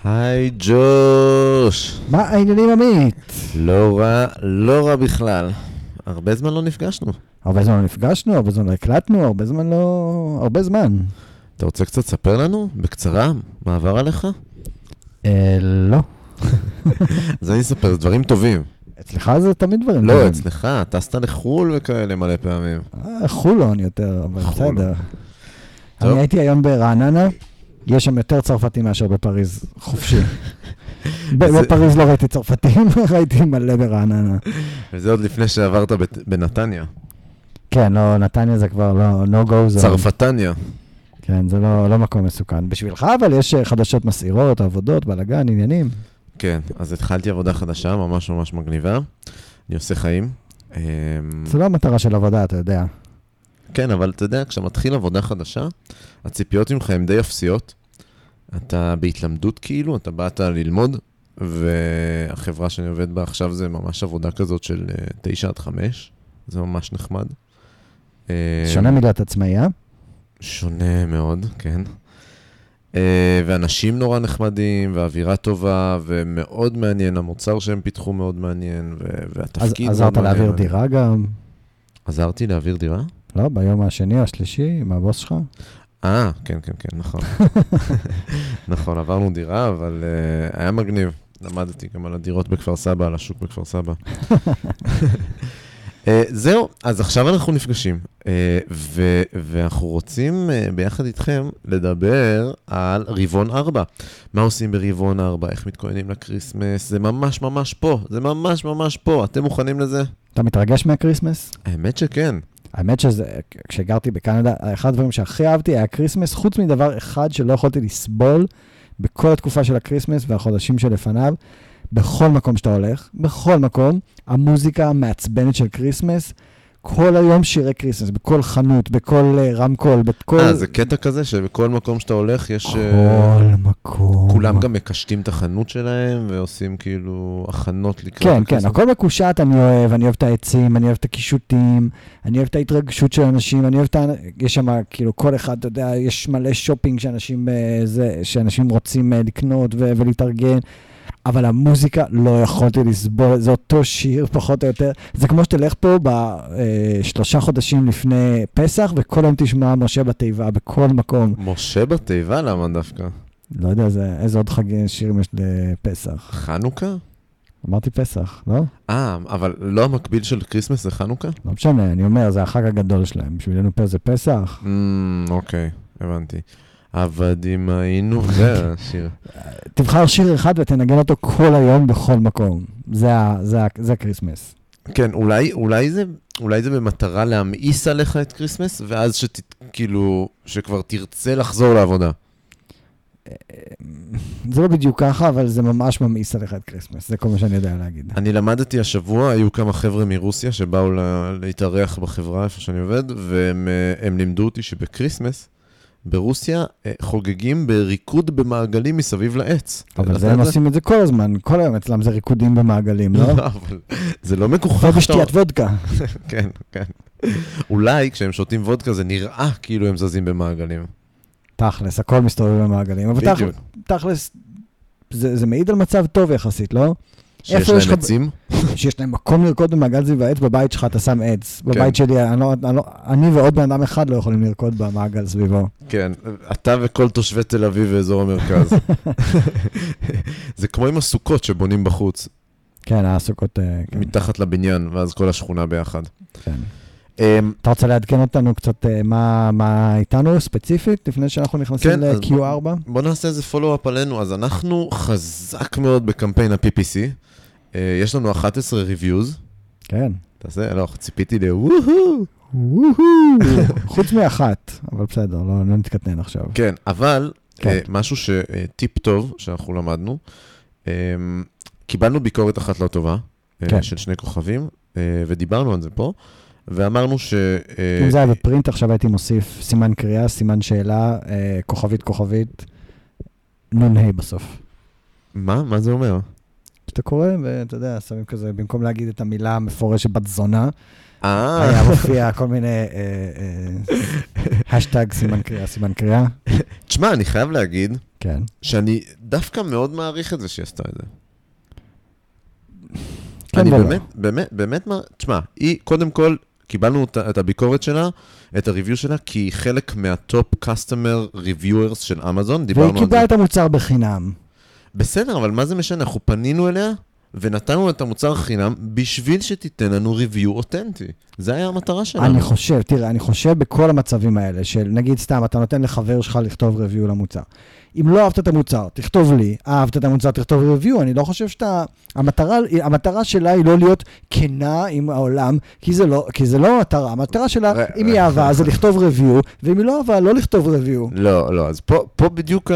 היי ג'וש. מה העניינים עמית? לא רע בכלל. הרבה זמן לא נפגשנו. הרבה זמן לא נפגשנו, הרבה זמן לא הקלטנו, הרבה זמן. אתה רוצה קצת לספר לנו? בקצרה, מה עבר עליך? לא. אז אני אספר, זה דברים טובים. אצלך זה תמיד דברים טובים. לא, אצלך, טסת לחול וכאלה מלא פעמים. חולון יותר, אבל חולון. בסדר. טוב. אני הייתי היום ברעננה, יש שם יותר צרפתים מאשר בפריז, חופשי. בפריז לא ראיתי צרפתים, ראיתי מלא ברעננה. וזה עוד לפני שעברת בנתניה. כן, לא, נתניה זה כבר לא no go zone. צרפתניה. כן, זה לא מקום מסוכן. בשבילך, אבל יש חדשות מסעירות, עבודות, בלגן, עניינים. כן, אז התחלתי עבודה חדשה, ממש ממש מגניבה. אני עושה חיים. זה לא המטרה של עבודה, אתה יודע. כן, אבל אתה יודע, כשמתחיל עבודה חדשה, הציפיות ממך הן די אפסיות. אתה בהתלמדות כאילו, אתה באת ללמוד, והחברה שאני עובד בה עכשיו זה ממש עבודה כזאת של 9-5. זה ממש נחמד. שונה מלהיות עצמאי, אה? שונה מאוד, כן. ואנשים נורא נחמדים, והאווירה טובה, ומאוד מעניין. המוצר שהם פיתחו מאוד מעניין, והתפקיד מאוד עזרת מעניין. להעביר דירה גם? עזרתי להעביר דירה? לא, ביום השני או השלישי, עם הבוס שלך? כן, נכון. נכון, עברנו דירה, אבל היה מגניב. למדתי גם על הדירות בכפר סבא, על השוק בכפר סבא. זהו, אז עכשיו אנחנו נפגשים, ואנחנו רוצים ביחד איתכם לדבר על רבעון 4. מה עושים ברבעון 4? איך מתכוננים לקריסמס? זה ממש ממש פה, זה ממש ממש פה. אתם מוכנים לזה? אתה מתרגש מהקריסמס? האמת שכן. האמת שזה, כשגרתי בקנדה, אחד הדברים שהכי אהבתי היה הקריסמס, חוץ מדבר אחד שלא יכולתי לסבול בכל התקופה של הקריסמס והחודשים שלפניו, בכל מקום שאתה הולך, בכל מקום, המוזיקה המעצבנת של קריסמס, כל היום שירי קריסמס, בכל חנות, בכל רמקול, בכל... זה קטע כזה שבכל מקום שאתה הולך יש... כל מקום. כולם גם מקשטים את החנות שלהם ועושים כאילו הכנות לקראת כן, הקריסמס. כן, הכל מקושט אני אוהב את העצים, אני אוהב את הקישוטים, אני אוהב את ההתרגשות של אנשים, אני אוהב את... יש שם כאילו כל אחד, אתה יודע, יש מלא שופינג שאנשים רוצים לקנות ולהתארגן. אבל המוזיקה לא יכולתי לסבול, זה אותו שיר פחות או יותר, זה כמו שתלך פה ב3 חודשים לפני פסח, וכל היום תשמע משה בתיבה, בכל מקום. משה בתיבה? למה דווקא? לא יודע, איזה עוד שירים יש לפסח. חנוכה? אמרתי פסח, לא? אבל לא המקביל של קריסמס זה חנוכה? לא משנה, אני אומר, זה החג הגדול שלהם, בשבילנו פה זה פסח. אוקיי, הבנתי. עבדים היינו, זה השיר. תבחר שיר אחד ותנגן אותו כל היום בכל מקום. זה קריסמס. כן, אולי זה במטרה להמאיס עליך את קריסמס, ואז כאילו, שכבר תרצה לחזור לעבודה. זה לא בדיוק ככה, אבל זה ממש ממאיס עליך את קריסמס. זה כל מה שאני יודע להגיד. אני למדתי השבוע, היו כמה חבר'ה מרוסיה שבאו להתארח בחברה איפה שאני עובד, והם לימדו אותי שבקריסמס, ברוסיה חוגגים בריקוד במעגלים מסביב לעץ. אבל זה הם עושים את זה כל הזמן, כל היום אצלם זה ריקודים במעגלים, לא? אבל זה לא מגוחך. ובשתיית וודקה. כן, כן. אולי כשהם שותים וודקה זה נראה כאילו הם זזים במעגלים. תכלס, הכל מסתובב במעגלים. אבל תכלס, זה מעיד על מצב טוב יחסית, לא? שיש להם עצים? שיש להם מקום לרקוד במעגל סביב העץ, בבית שלך אתה שם עץ. בבית שלי, אני ועוד בן אדם אחד לא יכולים לרקוד במעגל סביבו. כן, אתה וכל תושבי תל אביב ואזור המרכז. זה כמו עם הסוכות שבונים בחוץ. כן, הסוכות... מתחת לבניין, ואז כל השכונה ביחד. כן. אתה רוצה לעדכן אותנו קצת מה איתנו ספציפית, לפני שאנחנו נכנסים ל-Q4? בוא נעשה איזה פולו-אפ עלינו. אז אנחנו חזק מאוד בקמפיין ה-PPC. יש לנו 11 ריוויוז. כן. תעשה, לא, ציפיתי ל-וואו. חוץ מאחת, אבל בסדר, לא נתקטנן עכשיו. כן, אבל משהו שטיפ טוב שאנחנו למדנו, קיבלנו ביקורת אחת לא טובה, של 2 כוכבים, ודיברנו על זה פה, ואמרנו אם זה היה בפרינט, עכשיו הייתי מוסיף סימן קריאה, סימן שאלה, כוכבית, נון בסוף. מה זה אומר? שאתה קורא, ואתה יודע, שמים כזה, במקום להגיד את המילה המפורשת בת זונה, היה מופיע כל מיני השטג סימן קריאה. תשמע, אני חייב להגיד כן. שאני דווקא מאוד מעריך את זה שהיא עשתה את זה. כן אני ולא. באמת, תשמע, היא קודם כל, קיבלנו את הביקורת שלה, את הריוויו שלה, כי היא חלק מהטופ קסטומר ריוויורס של אמזון, דיברנו על זה. והיא קיבלה את המוצר בחינם. בסדר, אבל מה זה משנה? אנחנו פנינו אליה, ונתנו את המוצר חינם, בשביל שתיתן לנו ריוויו אותנטי. זה היה המטרה שלנו. אני חושב בכל המצבים האלה, של נגיד סתם, אתה נותן לחבר שלך לכתוב ריוויו למוצר. אם לא אהבת את המוצר, תכתוב לי, אהבת את המוצר, תכתוב ריוויו, אני לא חושב המטרה שלה היא לא להיות כנה עם העולם, כי זה לא המטרה. המטרה שלה, אם היא אהבה, זה לכתוב ריוויו, ואם היא לא אהבה, לא לכתוב ריוויו. לא, אז פה בדיוק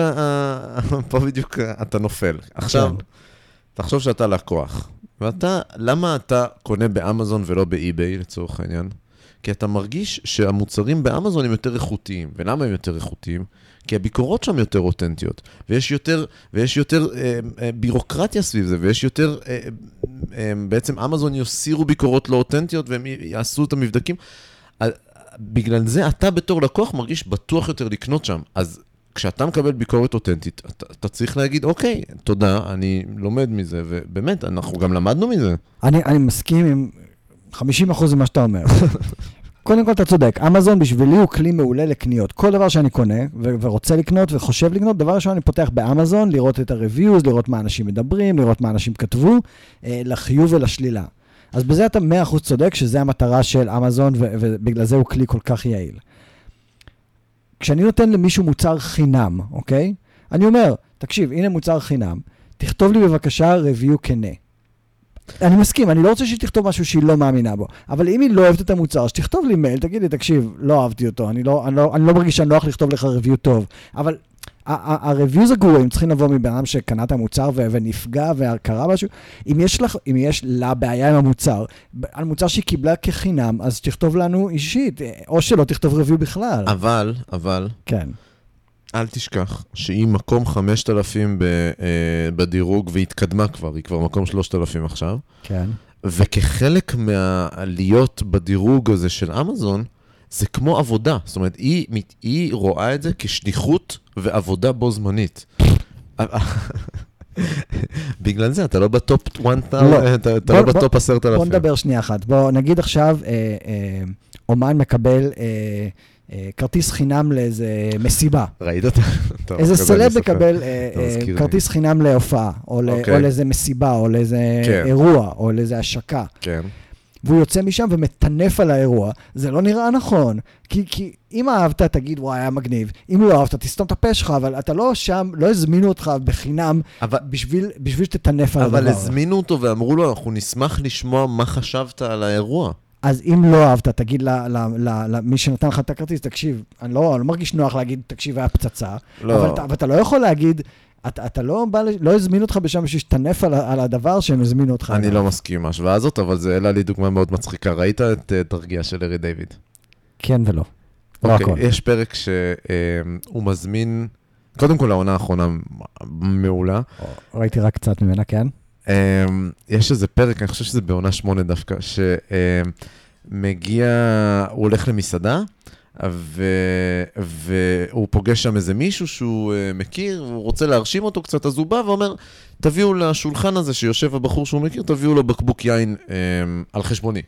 אתה נופל. עכשיו, תחשוב שאתה לקוח, למה אתה קונה באמזון ולא באי-ביי לצורך העניין? כי אתה מרגיש שהמוצרים באמזון הם יותר איכותיים. ולמה הם יותר איכותיים? כי הביקורות שם יותר אותנטיות, ויש יותר בירוקרטיה סביב זה, ויש יותר, בעצם אמזון יוסירו ביקורות לא אותנטיות, והם יעשו את המבדקים. בגלל זה אתה בתור לקוח מרגיש בטוח יותר לקנות שם. אז כשאתה מקבל ביקורת אותנטית, אתה צריך להגיד, אוקיי, תודה, אני לומד מזה, ובאמת, אנחנו גם למדנו מזה. אני מסכים עם 50% ממה שאתה אומר. קודם כל אתה צודק, אמזון בשבילי הוא כלי מעולה לקניות. כל דבר שאני קונה ורוצה לקנות וחושב לקנות, דבר ראשון אני פותח באמזון, לראות את הריוויוז, לראות מה אנשים מדברים, לראות מה אנשים כתבו, לחיוב ולשלילה. אז בזה אתה 100% צודק שזה המטרה של אמזון, ובגלל זה הוא כלי כל כך יעיל. כשאני נותן למישהו מוצר חינם, אוקיי? אני אומר, תקשיב, הנה מוצר חינם, תכתוב לי בבקשה ריוויו כנה. אני מסכים, אני לא רוצה שתכתוב משהו שהיא לא מאמינה בו, אבל אם היא לא אוהבת את המוצר, שתכתוב לי מייל, תגיד לי, תקשיב, לא אהבתי אותו, אני לא מרגיש שאני לא הולך לכתוב לך ריוויו טוב, אבל הריוויוז הגרועים צריכים לבוא מבן אדם שקנה את המוצר ונפגע וקרה משהו, אם יש לה בעיה עם המוצר, על מוצר שהיא קיבלה כחינם, אז תכתוב לנו אישית, או שלא תכתוב ריוויו בכלל. אבל, כן. אל תשכח שהיא מקום 5,000 בדירוג, והתקדמה כבר, היא כבר מקום 3,000 עכשיו. כן. וכחלק מהעליות בדירוג הזה של אמזון, זה כמו עבודה. זאת אומרת, היא רואה את זה כשליחות ועבודה בו זמנית. בגלל זה, אתה לא בטופ 1,000, אתה לא בטופ 10,000. בוא נדבר שנייה אחת. בוא נגיד עכשיו, אומן מקבל כרטיס חינם לאיזה מסיבה. ראית אותה? איזה סלב מקבל כרטיס חינם להופעה, או לאיזה מסיבה, או לאיזה אירוע, או לאיזה השקה. כן. והוא יוצא משם ומטנף על האירוע. זה לא נראה נכון. כי אם אהבת, תגיד, וואי, היה מגניב. אם לא אהבת, תסתום את הפה שלך, אבל אתה לא שם, לא הזמינו אותך בחינם בשביל שתטנף על הדבר. אבל הזמינו אותו ואמרו לו, אנחנו נשמח לשמוע מה חשבת על האירוע. אז אם לא אהבת, תגיד למי שנתן לך את הכרטיס, תקשיב, אני לא מרגיש נוח להגיד, תקשיב, היה פצצה. אבל אתה לא יכול להגיד, אתה לא הזמין אותך בשם בשביל שתנף על הדבר שהם הזמינו אותך. אני לא מסכים עם ההשוואה הזאת, אבל זה העלה לי דוגמה מאוד מצחיקה. ראית את תרגיע של לארי דיוויד? כן ולא. אוקיי, יש פרק שהוא מזמין, קודם כל העונה האחרונה מעולה. ראיתי רק קצת ממנה, כן? יש איזה פרק, אני חושב שזה בעונה 8 דווקא, שמגיע, הוא הולך למסעדה, והוא פוגש שם איזה מישהו שהוא מכיר, הוא רוצה להרשים אותו קצת, אז הוא בא ואומר, תביאו לשולחן הזה שיושב הבחור שהוא מכיר, תביאו לו בקבוק יין על חשבוני.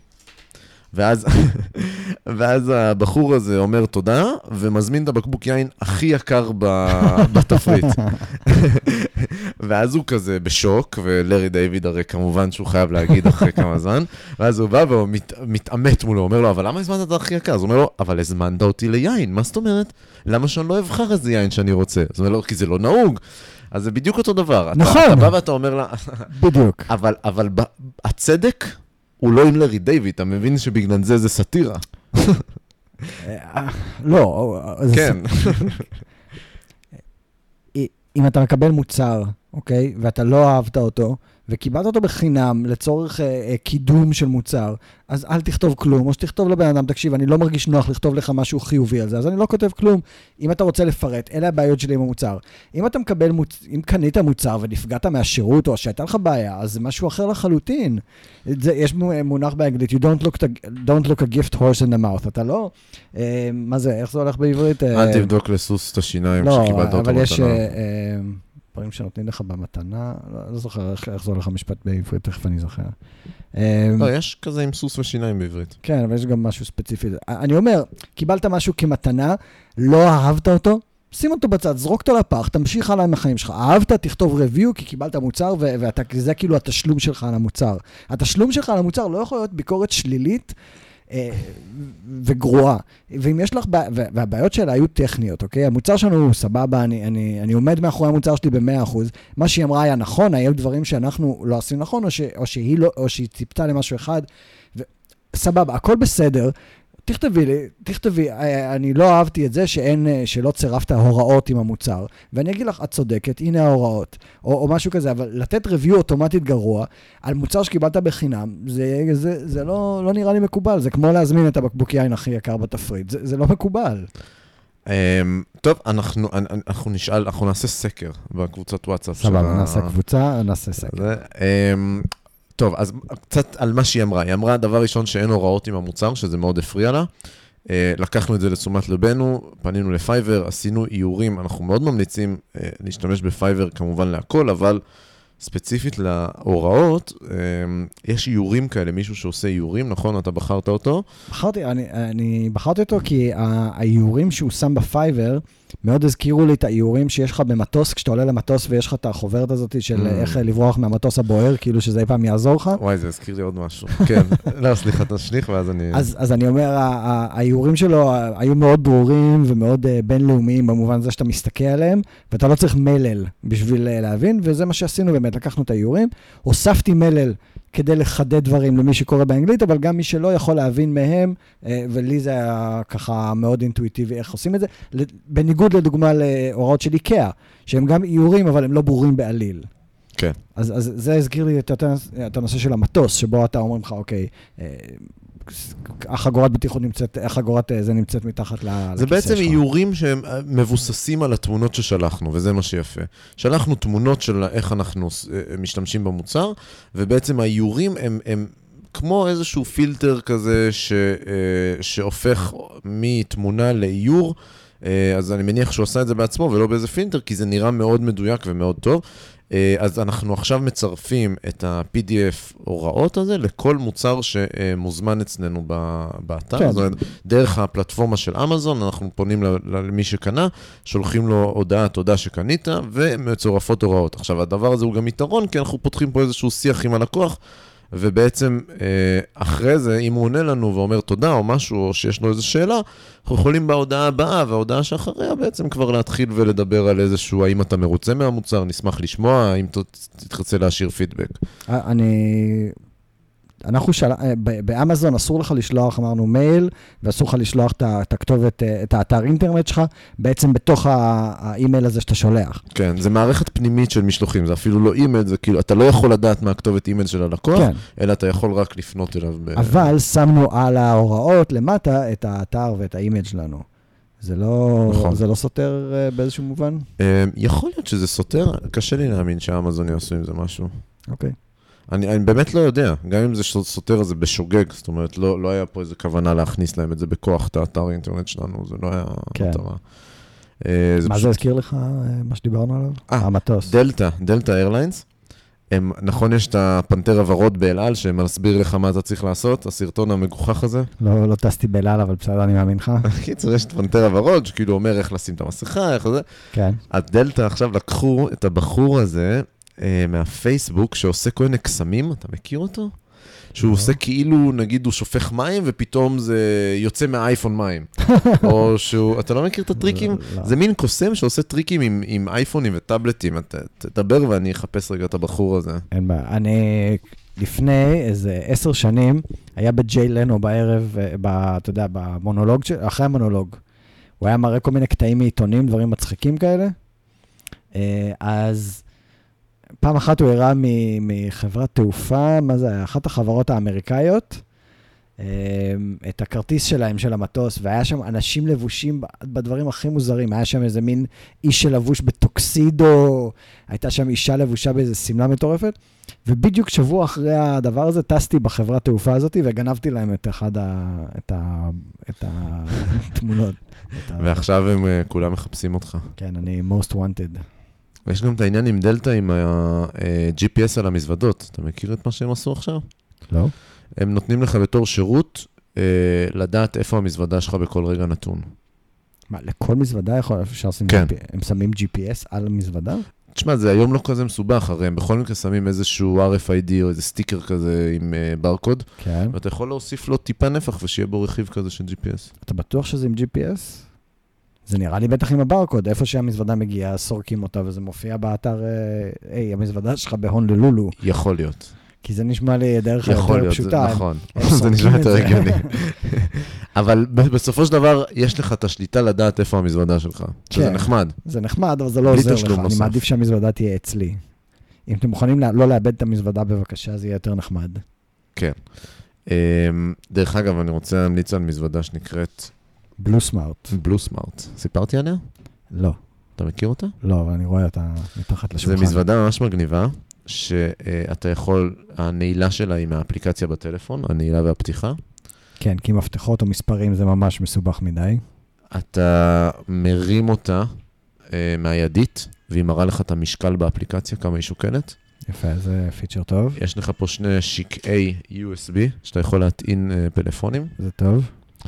ואז הבחור הזה אומר תודה, ומזמין את הבקבוק יין הכי יקר בתפריט. ואז הוא כזה בשוק, ולארי דיוויד הרי כמובן שהוא חייב להגיד אחרי כמה זמן, ואז הוא בא והוא מתאמת מולו, אומר לו, אבל למה הזמנת את הכי יקר? אז הוא אומר לו, אבל הזמנת אותי ליין, מה זאת אומרת? למה שאני לא אבחר איזה יין שאני רוצה? אז הוא אומר לו, כי זה לא נהוג. אז זה בדיוק אותו דבר. נכון. אתה בא ואתה אומר לה, בדיוק. אבל הצדק הוא לא עם לארי דיוויד, אתה מבין שבגלל זה סטירה. לא. כן. אם אתה מקבל מוצר, אוקיי, ואתה לא אהבת אותו, וקיבלת אותו בחינם לצורך קידום של מוצר, אז אל תכתוב כלום, או שתכתוב לבן אדם, תקשיב, אני לא מרגיש נוח לכתוב לך משהו חיובי על זה, אז אני לא כותב כלום. אם אתה רוצה לפרט, אלה הבעיות שלי עם המוצר. אם אתה מקבל, אם קנית מוצר ונפגעת מהשירות, או שהייתה לך בעיה, אז זה משהו אחר לחלוטין. יש מונח באנגלית, you don't look a gift horse in the mouth. אתה לא, מה זה, איך זה הולך בעברית? אל תבדוק לסוס את השיניים שקיבלת אותו במתנה. דברים שנותנים לך במתנה, לא זוכר איך זה הולך המשפט בעברית, תכף אני זוכר. לא, יש כזה עם סוס ושיניים בעברית. כן, אבל יש גם משהו ספציפי. אני אומר, קיבלת משהו כמתנה, לא אהבת אותו, שים אותו בצד, זרוק אותו לפח, תמשיך הלאה עם החיים שלך. אהבת, תכתוב review, כי קיבלת מוצר, וזה כאילו התשלום שלך על המוצר. התשלום שלך על המוצר לא יכול להיות ביקורת שלילית, וגרועה. ואם יש לך, והבעיות שלה היו טכניות, אוקיי? המוצר שלנו הוא סבבה, אני עומד מאחורי המוצר שלי ב100%. מה שהיא אמרה היה נכון, היו דברים שאנחנו לא עשינו נכון, או שהיא ציפתה למשהו אחד, סבבה, הכל בסדר. תכתבי, אני לא אהבתי את זה שלא צירפת הוראות עם המוצר, ואני אגיד לך, את צודקת, הנה ההוראות, או משהו כזה, אבל לתת review אוטומטית גרוע, על מוצר שקיבלת בחינם, זה לא נראה לי מקובל, זה כמו להזמין את הבקבוק יין הכי יקר בתפריט, זה לא מקובל. טוב, אנחנו נעשה סקר בקבוצת וואטסאפ. סבבה, נעשה קבוצה, נעשה סקר. טוב, אז קצת על מה שהיא אמרה. היא אמרה, דבר ראשון, שאין הוראות עם המוצר, שזה מאוד הפריע לה. לקחנו את זה לתשומת לבנו, פנינו לפייבר, עשינו איורים. אנחנו מאוד ממליצים להשתמש בפייבר כמובן להכל, אבל ספציפית להוראות, יש איורים כאלה, מישהו שעושה איורים, נכון? אתה בחרת אותו? אני בחרתי אותו כי האיורים שהוא שם בפייבר, מאוד הזכירו לי את האיורים שיש לך במטוס, כשאתה עולה למטוס ויש לך את החוברת הזאת של איך לברוח מהמטוס הבוער, כאילו שזה אי פעם יעזור לך. וואי, זה הזכיר לי עוד משהו. כן, לא, סליחה, תשליך ואז אני... אז אני אומר, האיורים שלו היו מאוד ברורים ומאוד בינלאומיים, במובן הזה שאתה מסתכל עליהם, ואתה לא צריך מלל בשביל להבין, וזה מה שעשינו באמת, לקחנו את האיורים, הוספתי מלל כדי לחדד דברים למי שקורא באנגלית, אבל גם מי שלא יכול להבין מהם, ולי זה היה ככה מאוד אינטואיטיבי איך עושים את זה, בניגוד לדוגמה להוראות של איקאה, שהם גם איורים, אבל הם לא ברורים בעליל. כן. אז זה הזכיר לי את הנושא של המטוס, שבו אתה אומרים לך, אוקיי, החגורת בטיחות נמצאת, החגורת זה נמצאת מתחת לכיסא שלך. זה בעצם איורים שהם מבוססים על התמונות ששלחנו, וזה מה שיפה. שלחנו תמונות של איך אנחנו משתמשים במוצר, ובעצם האיורים הם כמו איזשהו פילטר כזה שהופך מתמונה לאיור, אז אני מניח שהוא עשה את זה בעצמו ולא באיזה פילטר, כי זה נראה מאוד מדויק ומאוד טוב. אז אנחנו עכשיו מצרפים את ה-PDF הוראות הזה לכל מוצר שמוזמן אצלנו באתר. כן. זאת אומרת, דרך הפלטפורמה של אמזון, אנחנו פונים למי שקנה, שולחים לו הודעה, תודה שקנית, ומצורפות הוראות. עכשיו, הדבר הזה הוא גם יתרון, כי אנחנו פותחים פה איזשהו שיח עם הלקוח, ובעצם אחרי זה, אם הוא עונה לנו ואומר תודה או משהו, או שיש לו איזו שאלה, אנחנו יכולים בהודעה הבאה, וההודעה שאחריה בעצם כבר להתחיל ולדבר על איזשהו, האם אתה מרוצה מהמוצר, נשמח לשמוע, האם תרצה להשאיר פידבק. אנחנו באמזון אסור לך לשלוח, אמרנו מייל, ואסור לך לשלוח את הכתובת, את האתר אינטרנט שלך, בעצם בתוך האימייל הזה שאתה שולח. כן, זה מערכת פנימית של משלוחים, זה אפילו לא אימייל, זה כאילו, אתה לא יכול לדעת מה הכתובת אימייל של הלקוח, כן. אלא אתה יכול רק לפנות אליו. אבל שמנו על ההוראות למטה את האתר ואת האימייל שלנו. זה לא, נכון. זה לא סותר באיזשהו מובן? יכול להיות שזה סותר, קשה לי להאמין שהאמזון יעשו עם זה משהו. אוקיי. אני באמת לא יודע, גם אם זה סותר, זה בשוגג, זאת אומרת, לא היה פה איזו כוונה להכניס להם את זה בכוח, את האתר האינטרנט שלנו, זה לא היה מטרה. מה זה הזכיר לך, מה שדיברנו עליו? המטוס. דלטה איירליינס. נכון, יש את הפנתר הוורוד באל-על, שמסביר לך מה אתה צריך לעשות, הסרטון המגוחך הזה. לא טסתי באל-על, אבל בסדר, אני מאמין לך. קיצור, יש את הפנתר הוורוד, שכאילו אומר איך לשים את המסכה, איך זה. כן. אז דלטה עכשיו לקחו את הבחור הזה, מהפייסבוק, שעושה כל מיני קסמים, אתה מכיר אותו? שהוא עושה כאילו, נגיד, הוא שופך מים, ופתאום זה יוצא מהאייפון מים. או שהוא, אתה לא מכיר את הטריקים? זה מין קוסם שעושה טריקים עם אייפונים וטאבלטים. תדבר ואני אחפש רגע את הבחור הזה. אין בעיה. אני לפני איזה 10 שנים, היה בג'יי לנו בערב, אתה יודע, במונולוג, אחרי המונולוג. הוא היה מראה כל מיני קטעים מעיתונים, דברים מצחיקים כאלה. אז פעם אחת הוא הראה מחברת תעופה, מה זה היה? אחת החברות האמריקאיות, את הכרטיס שלהם של המטוס, והיה שם אנשים לבושים בדברים הכי מוזרים, היה שם איזה מין איש שלבוש בטוקסידו, הייתה שם אישה לבושה באיזה סמלה מטורפת, ובדיוק שבוע אחרי הדבר הזה, טסתי בחברת תעופה הזאת, וגנבתי להם את התמונות. ועכשיו הם כולם מחפשים אותך. כן, אני most wanted. ויש גם את העניין עם דלתא, עם ה-GPS על המזוודות. אתה מכיר את מה שהם עשו עכשיו? לא. הם נותנים לך בתור שירות לדעת איפה המזוודה שלך בכל רגע נתון. מה, לכל מזוודה אפשר לשים כן. הם שמים GPS על המזוודה? תשמע, זה היום לא כזה מסובך, הרי הם בכל מקרה שמים איזשהו RFID או איזה סטיקר כזה עם ברקוד, כן. ואתה יכול להוסיף לו טיפה נפח ושיהיה בו רכיב כזה של GPS. אתה בטוח שזה עם GPS? זה נראה לי בטח עם הברקוד, איפה שהמזוודה מגיעה, סורקים אותה, וזה מופיע באתר, המזוודה שלך בהונולולו. יכול להיות. כי זה נשמע לי דרך יותר פשוטה. נכון, זה נשמע יותר הגיוני. אבל בסופו של דבר, יש לך את השליטה לדעת איפה המזוודה שלך. שזה נחמד. זה נחמד, אבל זה לא עוזר לך. אני מעדיף שהמזוודה תהיה אצלי. אם אתם מוכנים לא לאבד את המזוודה בבקשה, זה יהיה יותר נחמד. כן. דרך אגב, אני רוצה להמליץ על מזוודה שנקראת... בלו סמארט. בלו סמארט. סיפרתי עליה? לא. אתה מכיר אותה? לא, אבל אני רואה אותה מתחת לשולחן. זה מזוודה ממש מגניבה, שאתה יכול, הנעילה שלה היא מהאפליקציה בטלפון, הנעילה והפתיחה. כן, כי מפתחות או מספרים זה ממש מסובך מדי. אתה מרים אותה מהידית, והיא מראה לך את המשקל באפליקציה, כמה היא שוקלת. יפה, זה פיצ'ר טוב. יש לך פה שני שקעי USB, שאתה יכול להטעין פלאפונים. זה טוב.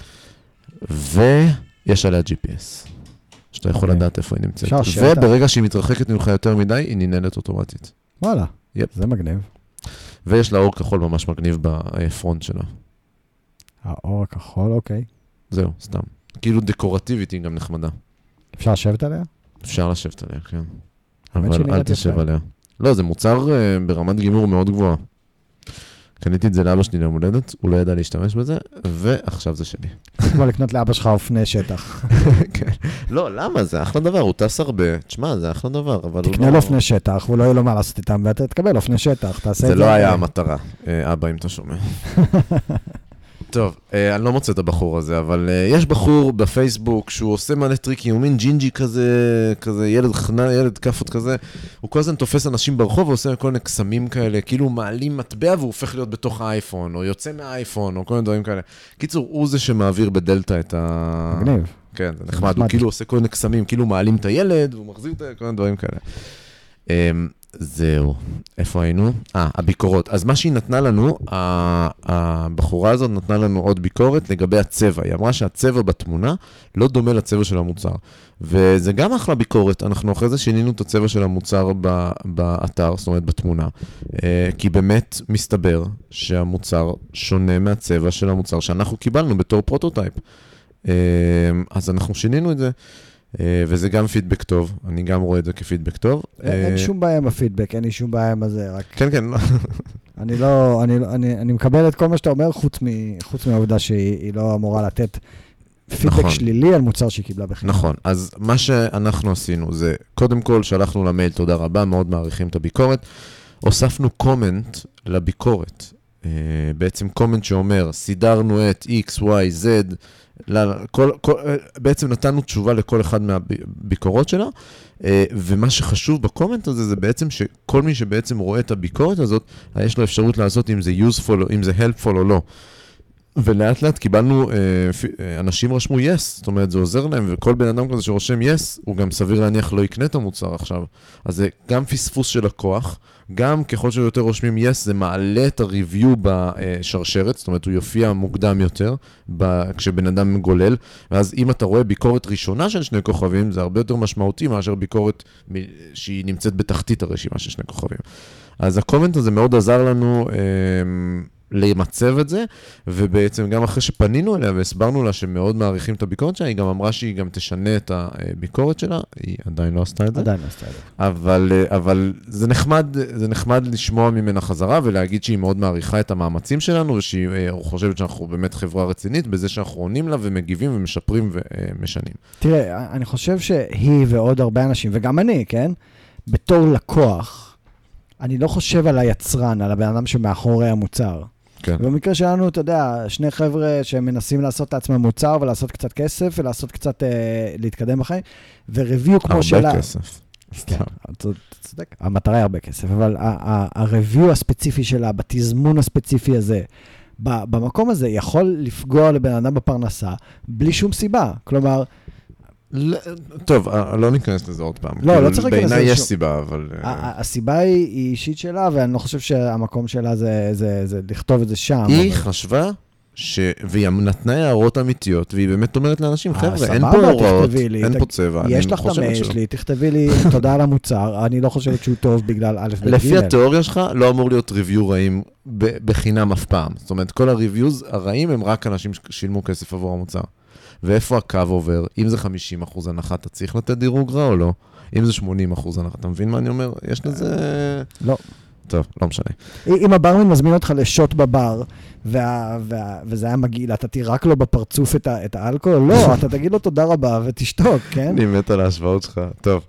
ויש עליה GPS, שאתה יכול לדעת איפה היא נמצאת. וברגע שהיא מתרחקת ממך יותר מדי, היא ננעלת אוטומטית. וואלה, זה מגניב. ויש לה אור כחול ממש מגניב בפרונט שלה. האור הכחול, אוקיי. זהו, סתם. כאילו דקורטיבית היא גם נחמדה. אפשר לשבת עליה? אפשר לשבת עליה, כן. אבל אל תשב עליה. לא, זה מוצר ברמת גימור מאוד גבוהה. קניתי את זה לאבא שלי ליום הולדת, הוא לא ידע להשתמש בזה, ועכשיו זה שלי. כמו לקנות לאבא שלך אופני שטח. כן. לא, למה? זה אחלה דבר, הוא טס הרבה. תשמע, זה אחלה דבר, אבל הוא לא... תקנה לו אופני שטח, והוא לא יהיה לו מה לעשות איתם, ואתה תקבל אופני שטח, תעשה את זה. זה לא היה המטרה, אבא, אם אתה שומע. טוב, אני לא מוצא את הבחור הזה, אבל יש בחור בפייסבוק שהוא עושה מלא טריקים, הוא מין ג'ינג'י כזה, ילד חנה, ילד כפות כזה, הוא כל הזמן תופס אנשים ברחוב ועושה כל מיני קסמים כאלה, כאילו מעלים מטבע והוא הופך להיות בתוך האייפון, או יוצא מהאייפון, או כל מיני דברים כאלה. קיצור, הוא זה שמעביר בדלטה את ה... מגניב. כן, זה נחמד, הוא כאילו עושה כל מיני קסמים, כאילו מעלים את הילד, והוא מחזיר את כל מיני דברים כאלה. זהו, איפה היינו? הביקורות. אז מה שהיא נתנה לנו, הבחורה הזאת נתנה לנו עוד ביקורת לגבי הצבע. היא אמרה שהצבע בתמונה לא דומה לצבע של המוצר. וזה גם אחלה ביקורת. אנחנו אחרי זה שינינו את הצבע של המוצר באתר, זאת אומרת בתמונה. כי באמת מסתבר שהמוצר שונה מהצבע של המוצר שאנחנו קיבלנו בתור פרוטוטייפ. אז אנחנו שינינו את זה. וזה גם פידבק טוב, אני גם רואה את זה כפידבק טוב. אין שום בעיה עם הפידבק, אין לי שום בעיה עם זה, רק... כן, כן. אני מקבל את כל מה שאתה אומר, חוץ מהעובדה שהיא לא אמורה לתת פידבק שלילי על מוצר שהיא קיבלה בחינם. נכון, אז מה שאנחנו עשינו זה, קודם כל שלחנו למייל, תודה רבה, מאוד מעריכים את הביקורת, הוספנו קומנט לביקורת, בעצם קומנט שאומר, סידרנו את X, Y, Z, בעצם נתנו תשובה לכל אחד מהביקורות שלה, ומה שחשוב בקומנט הזה זה בעצם שכל מי שבעצם רואה את הביקורת הזאת, יש לו אפשרות לעשות אם זה useful, אם זה helpful או לא. ולאט לאט קיבלנו, אנשים רשמו yes, זאת אומרת זה עוזר להם, וכל בן אדם כזה שרושם yes, הוא גם סביר להניח לא יקנה את המוצר עכשיו. אז זה גם פספוס של לקוח, גם ככל שיותר רושמים yes, זה מעלה את הריוויו בשרשרת, זאת אומרת הוא יופיע מוקדם יותר, כשבן אדם מגולל, ואז אם אתה רואה ביקורת ראשונה של 2 כוכבים, זה הרבה יותר משמעותי מאשר ביקורת שהיא נמצאת בתחתית הרשימה של 2 כוכבים. אז הקומנט הזה מאוד עזר לנו למצב את זה, ובעצם גם אחרי שפנינו אליה והסברנו לה שמאוד מעריכים את הביקורת שלה, היא גם אמרה שהיא גם תשנה את הביקורת שלה, היא עדיין לא עשתה את זה. עדיין לא עשתה את זה. אבל זה נחמד לשמוע ממנה חזרה, ולהגיד שהיא מאוד מעריכה את המאמצים שלנו, ושהיא חושבת שאנחנו באמת חברה רצינית, בזה שאנחנו עונים לה ומגיבים ומשפרים ומשנים. תראה, אני חושב שהיא ועוד הרבה אנשים, וגם אני, כן? בתור לקוח, אני לא חושב על היצרן, על הבן אדם שמאחורי המוצר. כן. במקרה שלנו, אתה יודע, שני חבר'ה שמנסים לעשות לעצמם מוצר, ולעשות קצת כסף, ולעשות קצת להתקדם בחיים, וריוויו כמו שלה... הרבה כסף. כן, אתה צודק. המטרה היא הרבה כסף, אבל הריוויו הספציפי שלה, בתזמון הספציפי הזה, במקום הזה, יכול לפגוע לבן אדם בפרנסה, בלי שום סיבה. כלומר... טוב, לא ניכנס לזה עוד פעם. לא צריך להיכנס לזה. בעיניי יש סיבה, אבל... הסיבה היא אישית שלה, ואני לא חושב שהמקום שלה זה לכתוב את זה שם. היא חשבה והיא נתנה הערות אמיתיות, והיא באמת אומרת לאנשים, חבר'ה, אין פה הוראות, אין פה צבע. יש לך את המייל שלי, תכתבי לי תודה על המוצר, אני לא חושבת שהוא טוב בגלל א' ב' ג'. לפי התיאוריה שלך, לא אמור להיות ריוויו רעים בחינם אף פעם. זאת אומרת, כל הריוויוז הרעים הם רק אנשים ששילמו כסף עבור המוצר. ואיפה הקו עובר? אם זה 50% הנחה, אתה צריך לתת דירוג רע או לא? אם זה 80% הנחה, אתה מבין מה אני אומר? יש לזה... לא. טוב, לא משנה. אם הברמן מזמין אותך לשוט בבר, וזה היה מגעיל, אתה תירק לו בפרצוף את האלכוהול? לא, אתה תגיד לו תודה רבה ותשתוק, כן? אני מת על ההשוואות שלך. טוב.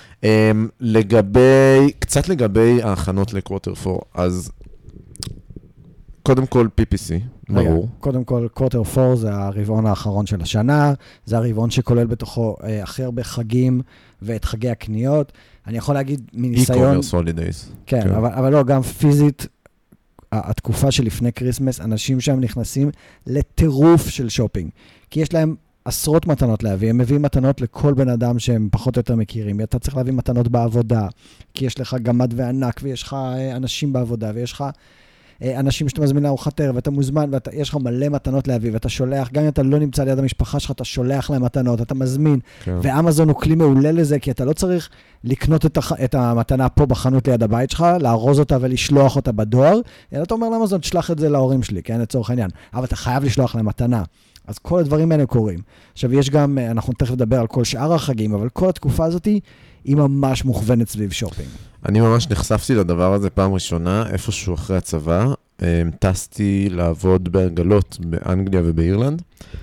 קצת לגבי ההכנות לקווטר 4, אז קודם כל PPC, ברור. קודם כל, קווטר 4 זה הרבעון האחרון של השנה, זה הרבעון שכולל בתוכו הכי הרבה חגים ואת חגי הקניות. אני יכול להגיד מניסיון... e-commerce holidays. כן, אבל לא, גם פיזית, התקופה שלפני קריסמס, אנשים שם נכנסים לטירוף של שופינג. כי יש להם עשרות מתנות להביא, הם מביאים מתנות לכל בן אדם שהם פחות או יותר מכירים. אתה צריך להביא מתנות בעבודה, כי יש לך גמד וענק, ויש לך אנשים בעבודה, ויש לך... אנשים שאתה מזמין לארוחת ערב, ואתה מוזמן, ויש לך מלא מתנות להביא, ואתה שולח, גם אם אתה לא נמצא ליד המשפחה שלך, אתה שולח להם מתנות, אתה מזמין, כן. ואמזון הוא כלי מעולה לזה, כי אתה לא צריך לקנות את המתנה פה בחנות ליד הבית שלך, לארוז אותה ולשלוח אותה בדואר, אלא אתה אומר לאמזון, תשלח את זה להורים שלי, כן, לצורך העניין, אבל אתה חייב לשלוח להם מתנה. אז כל הדברים האלה קורים. עכשיו, יש גם, אנחנו תכף נדבר על כל שאר החגים, אבל כל התקופה הזאת היא ממש מוכוונת סביב שופינג. אני ממש נחשפתי לדבר הזה פעם ראשונה, איפשהו אחרי הצבא, טסתי לעבוד בהרגלות באנגליה ובאירלנד,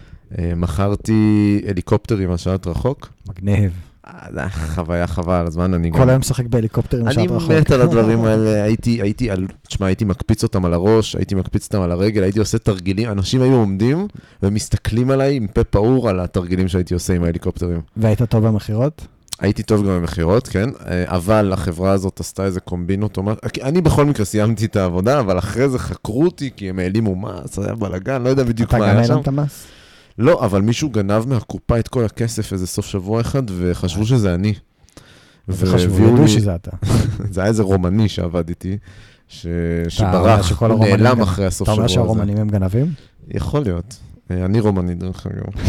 מכרתי הליקופטרים על שעת רחוק. מגניב. חוויה חבל, הזמן אני גם... כל היום משחק בהליקופטרים על שעת רחוק. אני מת על הדברים האלה, הייתי מקפיץ אותם על הראש, הייתי מקפיץ אותם על הרגל, הייתי עושה תרגילים, אנשים היו עומדים ומסתכלים עליי עם פה פעור על התרגילים שהייתי עושה עם ההליקופטרים. והיית טוב במחירות? הייתי טוב גם במחירות, כן, אבל החברה הזאת עשתה איזה קומבינות, אני בכל מקרה סיימתי את העבודה, אבל אחרי זה חקרו אותי, כי הם העלימו מס, היה בלגן, לא יודע בדיוק מה היה שם. אתה גם העלמת מס? לא, אבל מישהו גנב מהקופה את כל הכסף איזה סוף שבוע אחד, וחשבו שזה אני. וחשבו, ידעו שזה אתה. זה היה איזה רומני שעבד איתי, שברח, הוא נעלם אחרי הסוף שבוע הזה. אתה אומר שהרומנים הם גנבים? יכול להיות. אני רומני דרך אגב.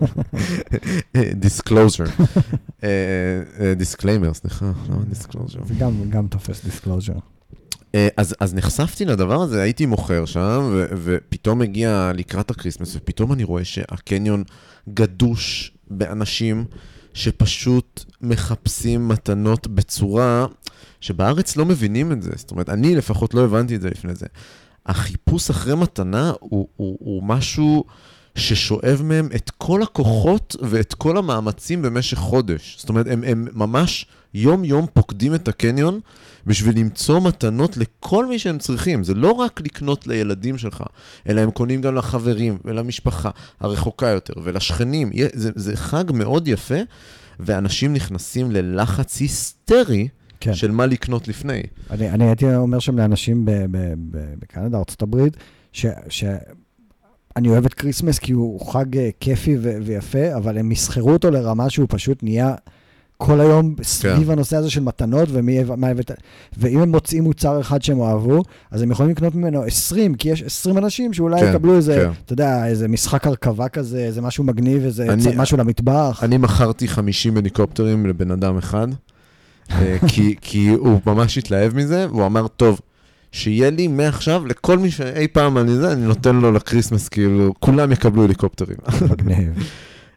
Disclosure. Disclaimer, סליחה. למה Disclosure? זה גם תופס Disclosure. אז נחשפתי לדבר הזה, הייתי מוכר שם, ופתאום הגיע לקראת הקריסמס, ופתאום אני רואה שהקניון גדוש באנשים שפשוט מחפשים מתנות בצורה שבארץ לא מבינים את זה. זאת אומרת, אני לפחות לא הבנתי את זה לפני זה. החיפוש אחרי מתנה הוא משהו ששואב מהם את כל הכוחות ואת כל המאמצים במשך חודש. זאת אומרת, הם ממש יום פוקדים את הקניון בשביל למצוא מתנות לכל מי שהם צריכים. זה לא רק לקנות לילדים שלך, אלא הם קונים גם לחברים ולמשפחה הרחוקה יותר ולשכנים. זה חג מאוד יפה, ואנשים נכנסים ללחץ היסטרי, כן. של מה לקנות לפני. אני הייתי אומר שם לאנשים בקנדה, ארצות הברית, שאני אוהב את קריסמס כי הוא חג כיפי ויפה, אבל הם מסחרו אותו לרמה שהוא פשוט נהיה כל היום סביב כן. הנושא הזה של מתנות, ואם הם מוצאים מוצר אחד שהם אוהבו, אז הם יכולים לקנות ממנו 20, כי יש 20 אנשים שאולי כן, יקבלו איזה, כן. אתה יודע, איזה משחק הרכבה כזה, איזה משהו מגניב, איזה משהו למטבח. אני מכרתי 50 הליקופטרים לבן אדם אחד, כי הוא ממש התלהב מזה, והוא אמר, טוב, שיהיה לי מעכשיו, לכל מי שאי פעם אני נותן לו לקריסמס, כאילו, כולם יקבלו הליקופטרים. מגניב.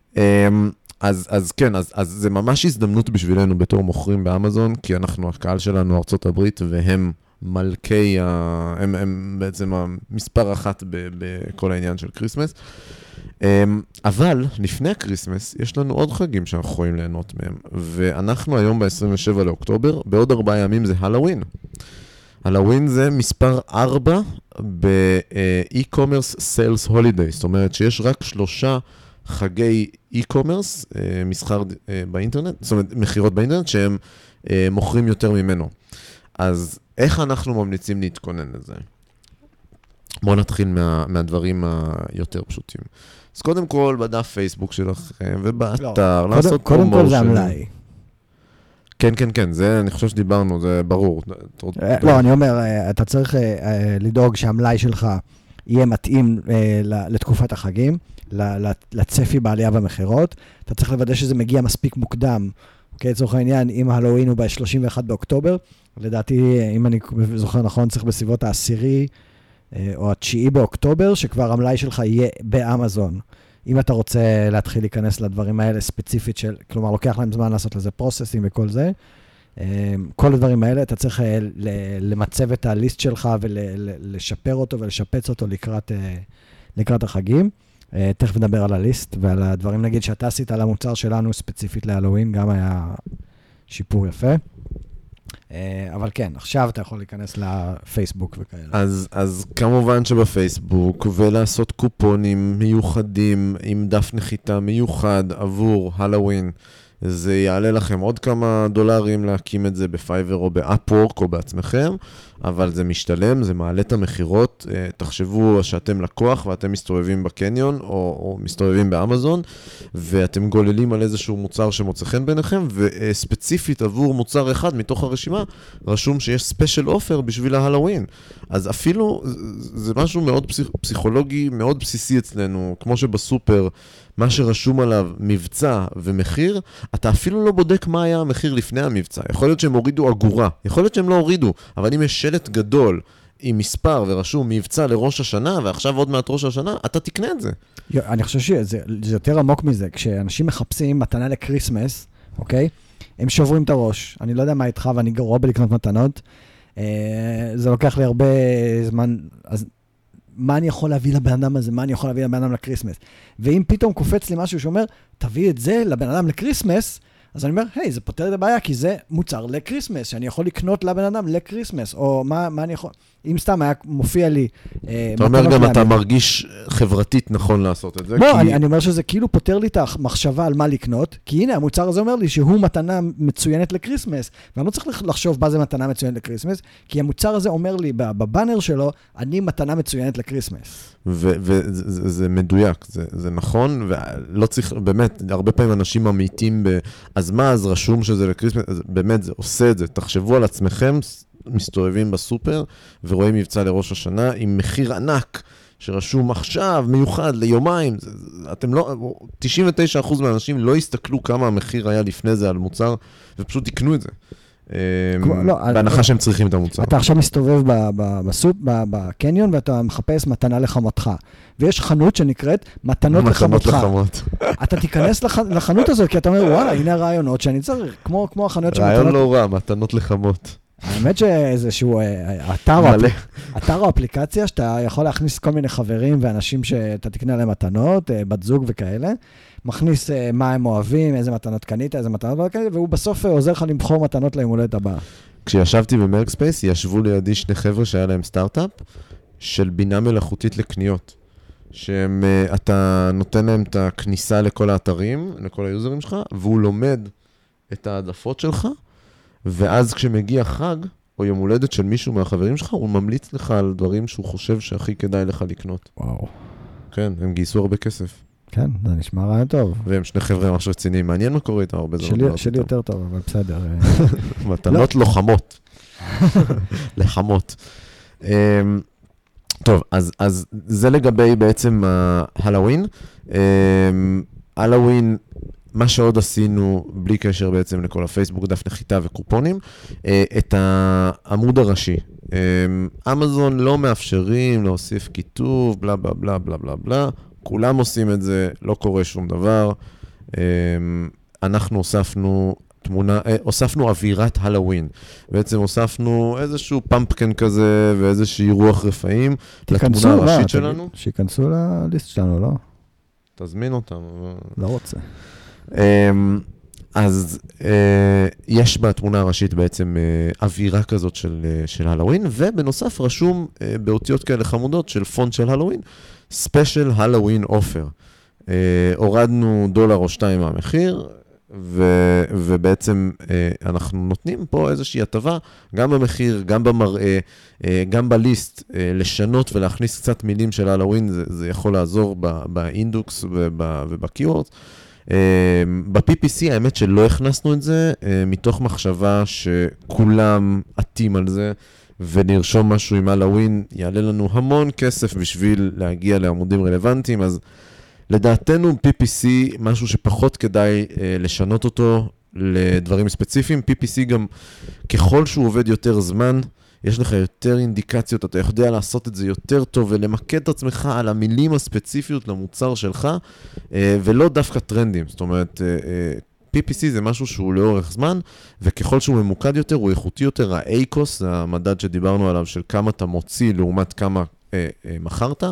אז כן, אז זה ממש הזדמנות בשבילנו בתור מוכרים באמזון, כי הקהל שלנו ארצות הברית, והם מלכי, הם בעצם המספר אחת בכל העניין של קריסמס. אבל לפני הקריסמס יש לנו עוד חגים שאנחנו יכולים ליהנות מהם, ואנחנו היום ב-27 לאוקטובר, בעוד 4 ימים זה הלווין. הלווין זה מספר 4 ב-e-commerce sales holiday, זאת אומרת שיש רק 3 חגי e-commerce, מסחר באינטרנט, זאת אומרת מחירות באינטרנט, שהם מוכרים יותר ממנו. אז איך אנחנו ממליצים להתכונן לזה? בואו נתחיל מהדברים היותר פשוטים. אז קודם כל, בדף פייסבוק שלכם ובאתר, לעשות קודם כל זה המלאי. כן, זה, אני חושב שדיברנו, זה ברור. לא, אני אומר, אתה צריך לדאוג שהמלאי שלך יהיה מתאים לתקופת החגים, לצפי בעלייה במחירות. אתה צריך לוודא שזה מגיע מספיק מוקדם. אוקיי, לצורך העניין, אם ההלווין הוא ב-31 באוקטובר, לדעתי, אם אני זוכר נכון, צריך בסביבות ה-10 או ה-9 באוקטובר, שכבר המלאי שלך יהיה באמזון. אם אתה רוצה להתחיל להיכנס לדברים האלה ספציפית של, כלומר, לוקח להם זמן לעשות לזה פרוססים וכל זה, כל הדברים האלה, אתה צריך למצב את הליסט שלך ולשפר אותו ולשפץ אותו לקראת החגים. תכף נדבר על הליסט ועל הדברים, נגיד, שאתה עשית על המוצר שלנו ספציפית להלווין, גם היה שיפור יפה. אבל כן, עכשיו אתה יכול להיכנס לפייסבוק וכאלה. אז כמובן שבפייסבוק, ולעשות קופונים מיוחדים עם דף נחיתה מיוחד עבור הלווין, זה יעלה לכם עוד כמה דולרים להקים את זה בפייבר או באפוורק או בעצמכם, אבל זה משתלם, זה מעלה את המחירות. תחשבו שאתם לקוח ואתם מסתובבים בקניון או מסתובבים באמזון, ואתם גוללים על איזשהו מוצר שמוצא חן ביניכם, וספציפית עבור מוצר אחד מתוך הרשימה, רשום שיש ספיישל אופר בשביל ההלווין. אז אפילו זה משהו מאוד פסיכולוגי, מאוד בסיסי אצלנו, כמו שבסופר, מה שרשום עליו מבצע ומחיר, אתה אפילו לא בודק מה היה המחיר לפני המבצע. יכול להיות שהם הורידו אגורה, יכול להיות שהם לא הורידו, אבל אם יש שלט גדול עם מספר ורשום מבצע לראש השנה, ועכשיו עוד מעט ראש השנה, אתה תקנה את זה. אני חושב שזה יותר עמוק מזה. כשאנשים מחפשים מתנה לקריסמס, אוקיי? הם שוברים את הראש. אני לא יודע מה איתך, ואני גרוע בלקנות מתנות. זה לוקח לי הרבה זמן, אז מה אני יכול להביא לבן אדם הזה? מה אני יכול להביא לבן אדם לקריסמס? ואם פתאום קופץ לי משהו שאומר, תביא את זה לבן אדם לקריסמס, אז אני אומר, היי, זה פותר את הבעיה, כי זה מוצר לקריסמס, שאני יכול לקנות לבן אדם לקריסמס, או מה אני יכול... אם סתם היה מופיע לי... אתה אומר גם, אתה מרגיש חברתית נכון לעשות את זה? לא, אני אומר שזה כאילו פותר לי את המחשבה על מה לקנות, כי הנה, המוצר הזה אומר לי שהוא מתנה מצוינת לקריסמס, ואני לא צריך לחשוב מה זה מתנה מצוינת לקריסמס, כי המוצר הזה אומר לי בבאנר שלו, אני מתנה מצוינת לקריסמס. וזה מדויק, זה נכון, ולא צריך, באמת, הרבה פעמים אנשים ממיתים אז מה, אז רשום שזה לקריסמס, באמת, זה עושה את זה. תחשבו על עצמכם, מסתובבים בסופר, ורואים מבצע לראש השנה, עם מחיר ענק, שרשום עכשיו, מיוחד, ליומיים. אתם לא, 99% מהאנשים לא הסתכלו כמה המחיר היה לפני זה על מוצר, ופשוט יקנו את זה. בהנחה שהם צריכים את המוצר. אתה עכשיו מסתובב בקניון, ואתה מחפש מתנה לחמותך. ויש חנות שנקראת מתנות לחמותך. אתה תיכנס לחנות הזו, כי אתה אומר, וואלה, הנה הרעיונות שאני צריך, כמו החנויות של מתנות. רעיון לא רע, מתנות לחמות. האמת שאיזשהו אתר או אפליקציה, שאתה יכול להכניס כל מיני חברים ואנשים שאתה תקנה להם מתנות, בת זוג וכאלה, מכניס מה הם אוהבים, איזה מתנות קנית, איזה מתנות לא קנית, והוא בסוף עוזר לך לבחור מתנות ליום הולדת הבא. כשישבתי במרקספייס, ישבו לידי 2 חבר'ה שהיה להם סטארט-אפ, של בינה מלאכותית לקניות. שאתה נותן להם את הכניסה לכל האתרים, לכל היוזרים שלך, והוא לומד את העדפות שלך, ואז כשמגיע חג, או יום הולדת של מישהו מהחברים שלך, הוא ממליץ לך על דברים שהוא חושב שהכי כדאי לך לקנות. וואו. כן, הם גייסו הרבה כסף. כן, זה נשמע רעיון טוב. והם 2 חבר'ה ממש רציניים. מעניין מה קורה איתם הרבה זמן. שלי יותר טוב, אבל בסדר. מתנות לוחמות. לחמות. טוב, אז זה לגבי בעצם הלווין. הלווין, מה שעוד עשינו, בלי קשר בעצם לכל הפייסבוק, דף נחיתה וקופונים, את העמוד הראשי. אמזון לא מאפשרים להוסיף כיתוב, בלה בלה בלה בלה בלה בלה, כולם עושים את זה, לא קורה שום דבר. אנחנו הוספנו אווירת הלווין. בעצם הוספנו איזשהו פמפקן כזה, ואיזושהי רוח רפאים, לתמונה הראשית שלנו. שיכנסו לליסט שלנו, לא? תזמין אותם. לא רוצה. אז יש בתמונה הראשית בעצם אווירה כזאת של הלווין, ובנוסף רשום באותיות כאלה חמודות של פונט של הלווין, ספיישל הלווין אופר. הורדנו $1 או $2 מהמחיר, ובעצם אנחנו נותנים פה איזושהי הטבה, גם במחיר, גם במראה, גם בליסט, לשנות ולהכניס קצת מילים של הלווין, זה יכול לעזור באינדוקס ובקיוורדס. ב-PPC האמת שלא הכנסנו את זה, מתוך מחשבה שכולם עטים על זה, ונרשום משהו עם הלווין, יעלה לנו המון כסף בשביל להגיע לעמודים רלוונטיים, אז לדעתנו PPC, משהו שפחות כדאי לשנות אותו לדברים ספציפיים, PPC גם ככל שהוא עובד יותר זמן, יש לך יותר אינדיקציות, אתה יודע לעשות את זה יותר טוב, ולמקד את עצמך על המילים הספציפיות למוצר שלך, ולא דווקא טרנדים. זאת אומרת, PPC זה משהו שהוא לאורך זמן, וככל שהוא ממוקד יותר, הוא איכותי יותר. ה-ACOS, זה המדד שדיברנו עליו, של כמה אתה מוציא לעומת כמה מכרת,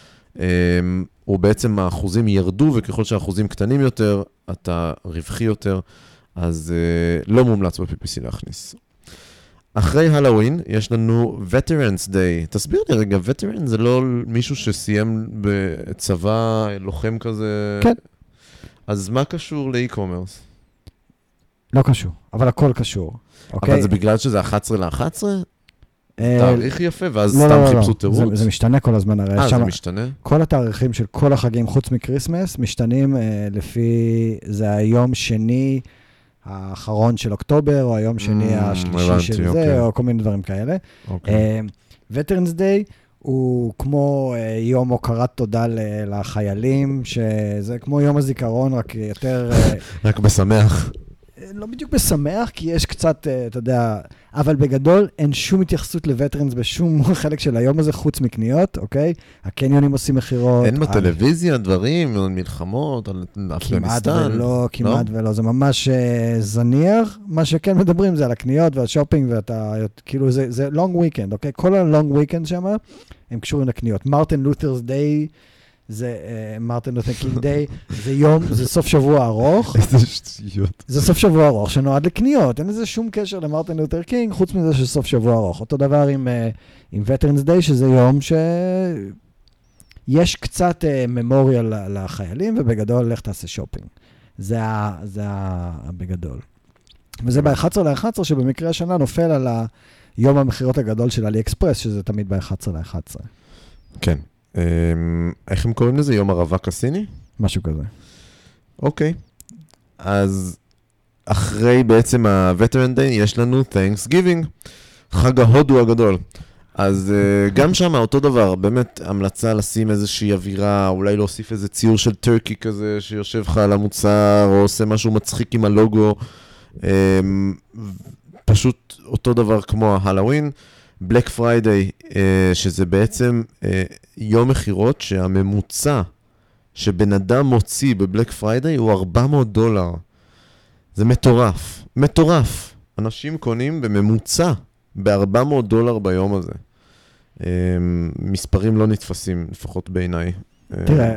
הוא בעצם האחוזים ירדו, וככל שהאחוזים קטנים יותר, אתה רווחי יותר, אז לא מומלץ ב-PPC להכניס. אחרי הלווין, יש לנו Veterans Day. תסביר לי רגע, Veteran זה לא מישהו שסיים בצבא לוחם כזה? כן. אז מה קשור לאי-קומרס? לא קשור, אבל הכל קשור. אבל זה בגלל שזה 11/11? תאריך יפה, ואז סתם חיפשו תירוץ? זה משתנה כל הזמן. זה משתנה? כל התאריכים של כל החגים חוץ מקריסמס משתנים לפי, זה היום שני האחרון של אוקטובר, או היום שני השלישי של זה, או כל מיני דברים כאלה. Veterans Day הוא כמו יום הוקרת תודה לחיילים, שזה כמו יום הזיכרון, רק יותר... רק בשמח. לא בדיוק בשמח, כי יש קצת, אתה יודע, אבל בגדול אין שום התייחסות לווטרנס בשום חלק של היום הזה, חוץ מקניות, אוקיי? הקניונים עושים מחירות. אין בטלוויזיה דברים, מלחמות, על אפגניסטן. כמעט ולא, זה ממש זניח. מה שכן מדברים זה על הקניות והשופינג, ואתה, כאילו, זה long weekend, אוקיי? כל ה-long weekend שם, הם קשורים לקניות. מרטין לות'רס דיי, זה מרטין לותר קינג דיי, זה יום, זה סוף שבוע ארוך. איזה שטויות. זה סוף שבוע ארוך שנועד לקניות, אין לזה שום קשר למרטין לותר קינג, חוץ מזה שסוף שבוע ארוך. אותו דבר עם Veterans Day, שזה יום שיש קצת ממוריאל לחיילים, ובגדול לך תעשה שופינג. זה בגדול. וזה ב-11/11, שבמקרה השנה נופל על יום המחירות הגדול של אלי אקספרס, שזה תמיד ב-11/11. כן. איך הם קוראים לזה? יום הרווק הסיני? משהו כזה. אוקיי. אז אחרי בעצם ה-Veteran Day יש לנו Thanksgiving, חג ההודו הגדול. אז גם שם אותו דבר, באמת המלצה לשים איזושהי אווירה, אולי להוסיף איזה ציור של טרקי כזה שיושב לך על המוצר, או עושה משהו מצחיק עם הלוגו. פשוט אותו דבר כמו ההלווין. בלק פריידיי, שזה בעצם יום מחירות שהממוצע שבן אדם מוציא בבלק פריידיי הוא $400. זה מטורף, מטורף. אנשים קונים בממוצע ב$400 ביום הזה. מספרים לא נתפסים, לפחות בעיניי. תראה,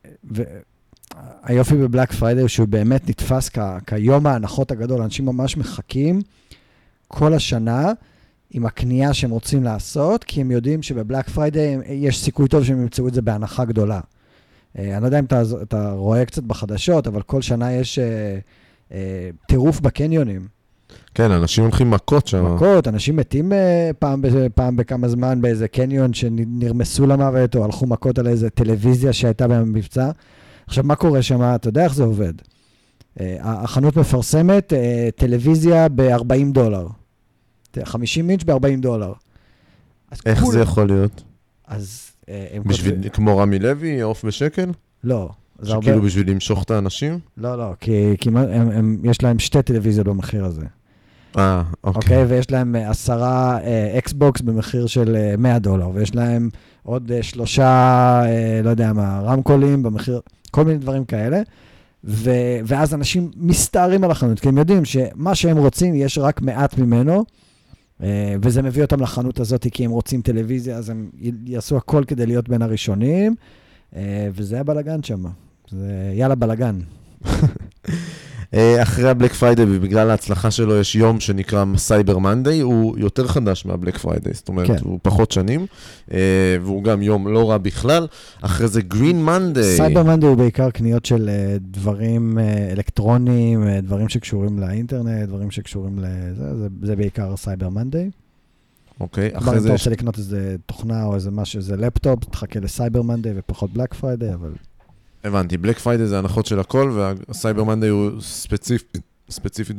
היופי בבלק פריידיי שהוא באמת נתפס כיום ההנחות הגדול. אנשים ממש מחכים כל השנה עם הקנייה שהם רוצים לעשות, כי הם יודעים שבבלק פריידיי יש סיכוי טוב שהם ימצאו את זה בהנחה גדולה. אני לא יודע אם אתה רואה קצת בחדשות, אבל כל שנה יש טירוף בקניונים. כן, אנשים הולכים מכות שם. מכות, אנשים מתים פעם בכמה זמן באיזה קניון שנרמסו למוות, או הלכו מכות על איזה טלוויזיה שהייתה בהם מבצע. עכשיו, מה קורה שם? אתה יודע איך זה עובד? החנות מפרסמת טלוויזיה $40. 50 אינץ' $40. איך זה יכול להיות? אז כמו רמי לוי, עוף בשקל? לא. שכאילו בשביל למשוך את האנשים? לא, כי יש להם 2 טלוויזיות במחיר הזה. אוקיי. ויש להם 10 אקסבוקס במחיר של $100, ויש להם עוד 3, לא יודע מה, רמקולים במחיר, כל מיני דברים כאלה. ואז אנשים מסתערים על החנות, כי הם יודעים שמה שהם רוצים יש רק מעט ממנו, וזה מביא אותם לחנות הזאת, כי הם רוצים טלוויזיה, אז הם יעשו הכל כדי להיות בין הראשונים, וזה הבלגן שם. זה יאללה בלגן. אחרי הבלק פריידי, ובגלל ההצלחה שלו, יש יום שנקרא סייבר מנדי, הוא יותר חדש מהבלק פריידי, זאת אומרת, כן. הוא פחות שנים, והוא גם יום לא רע בכלל. אחרי זה גרין מנדי. סייבר מנדי הוא בעיקר קניות של דברים אלקטרוניים, דברים שקשורים לאינטרנט, דברים שקשורים לזה, זה בעיקר סייבר מנדי. אוקיי, אחרי זה... אם אתה רוצה לקנות איזה תוכנה או איזה משהו, איזה לפטופ, תחכה לסייבר מנדי ופחות בלק פריידי, אבל... הבנתי, בלק פריידי זה הנחות של הכל, והסייבר מנדי הוא ספציפית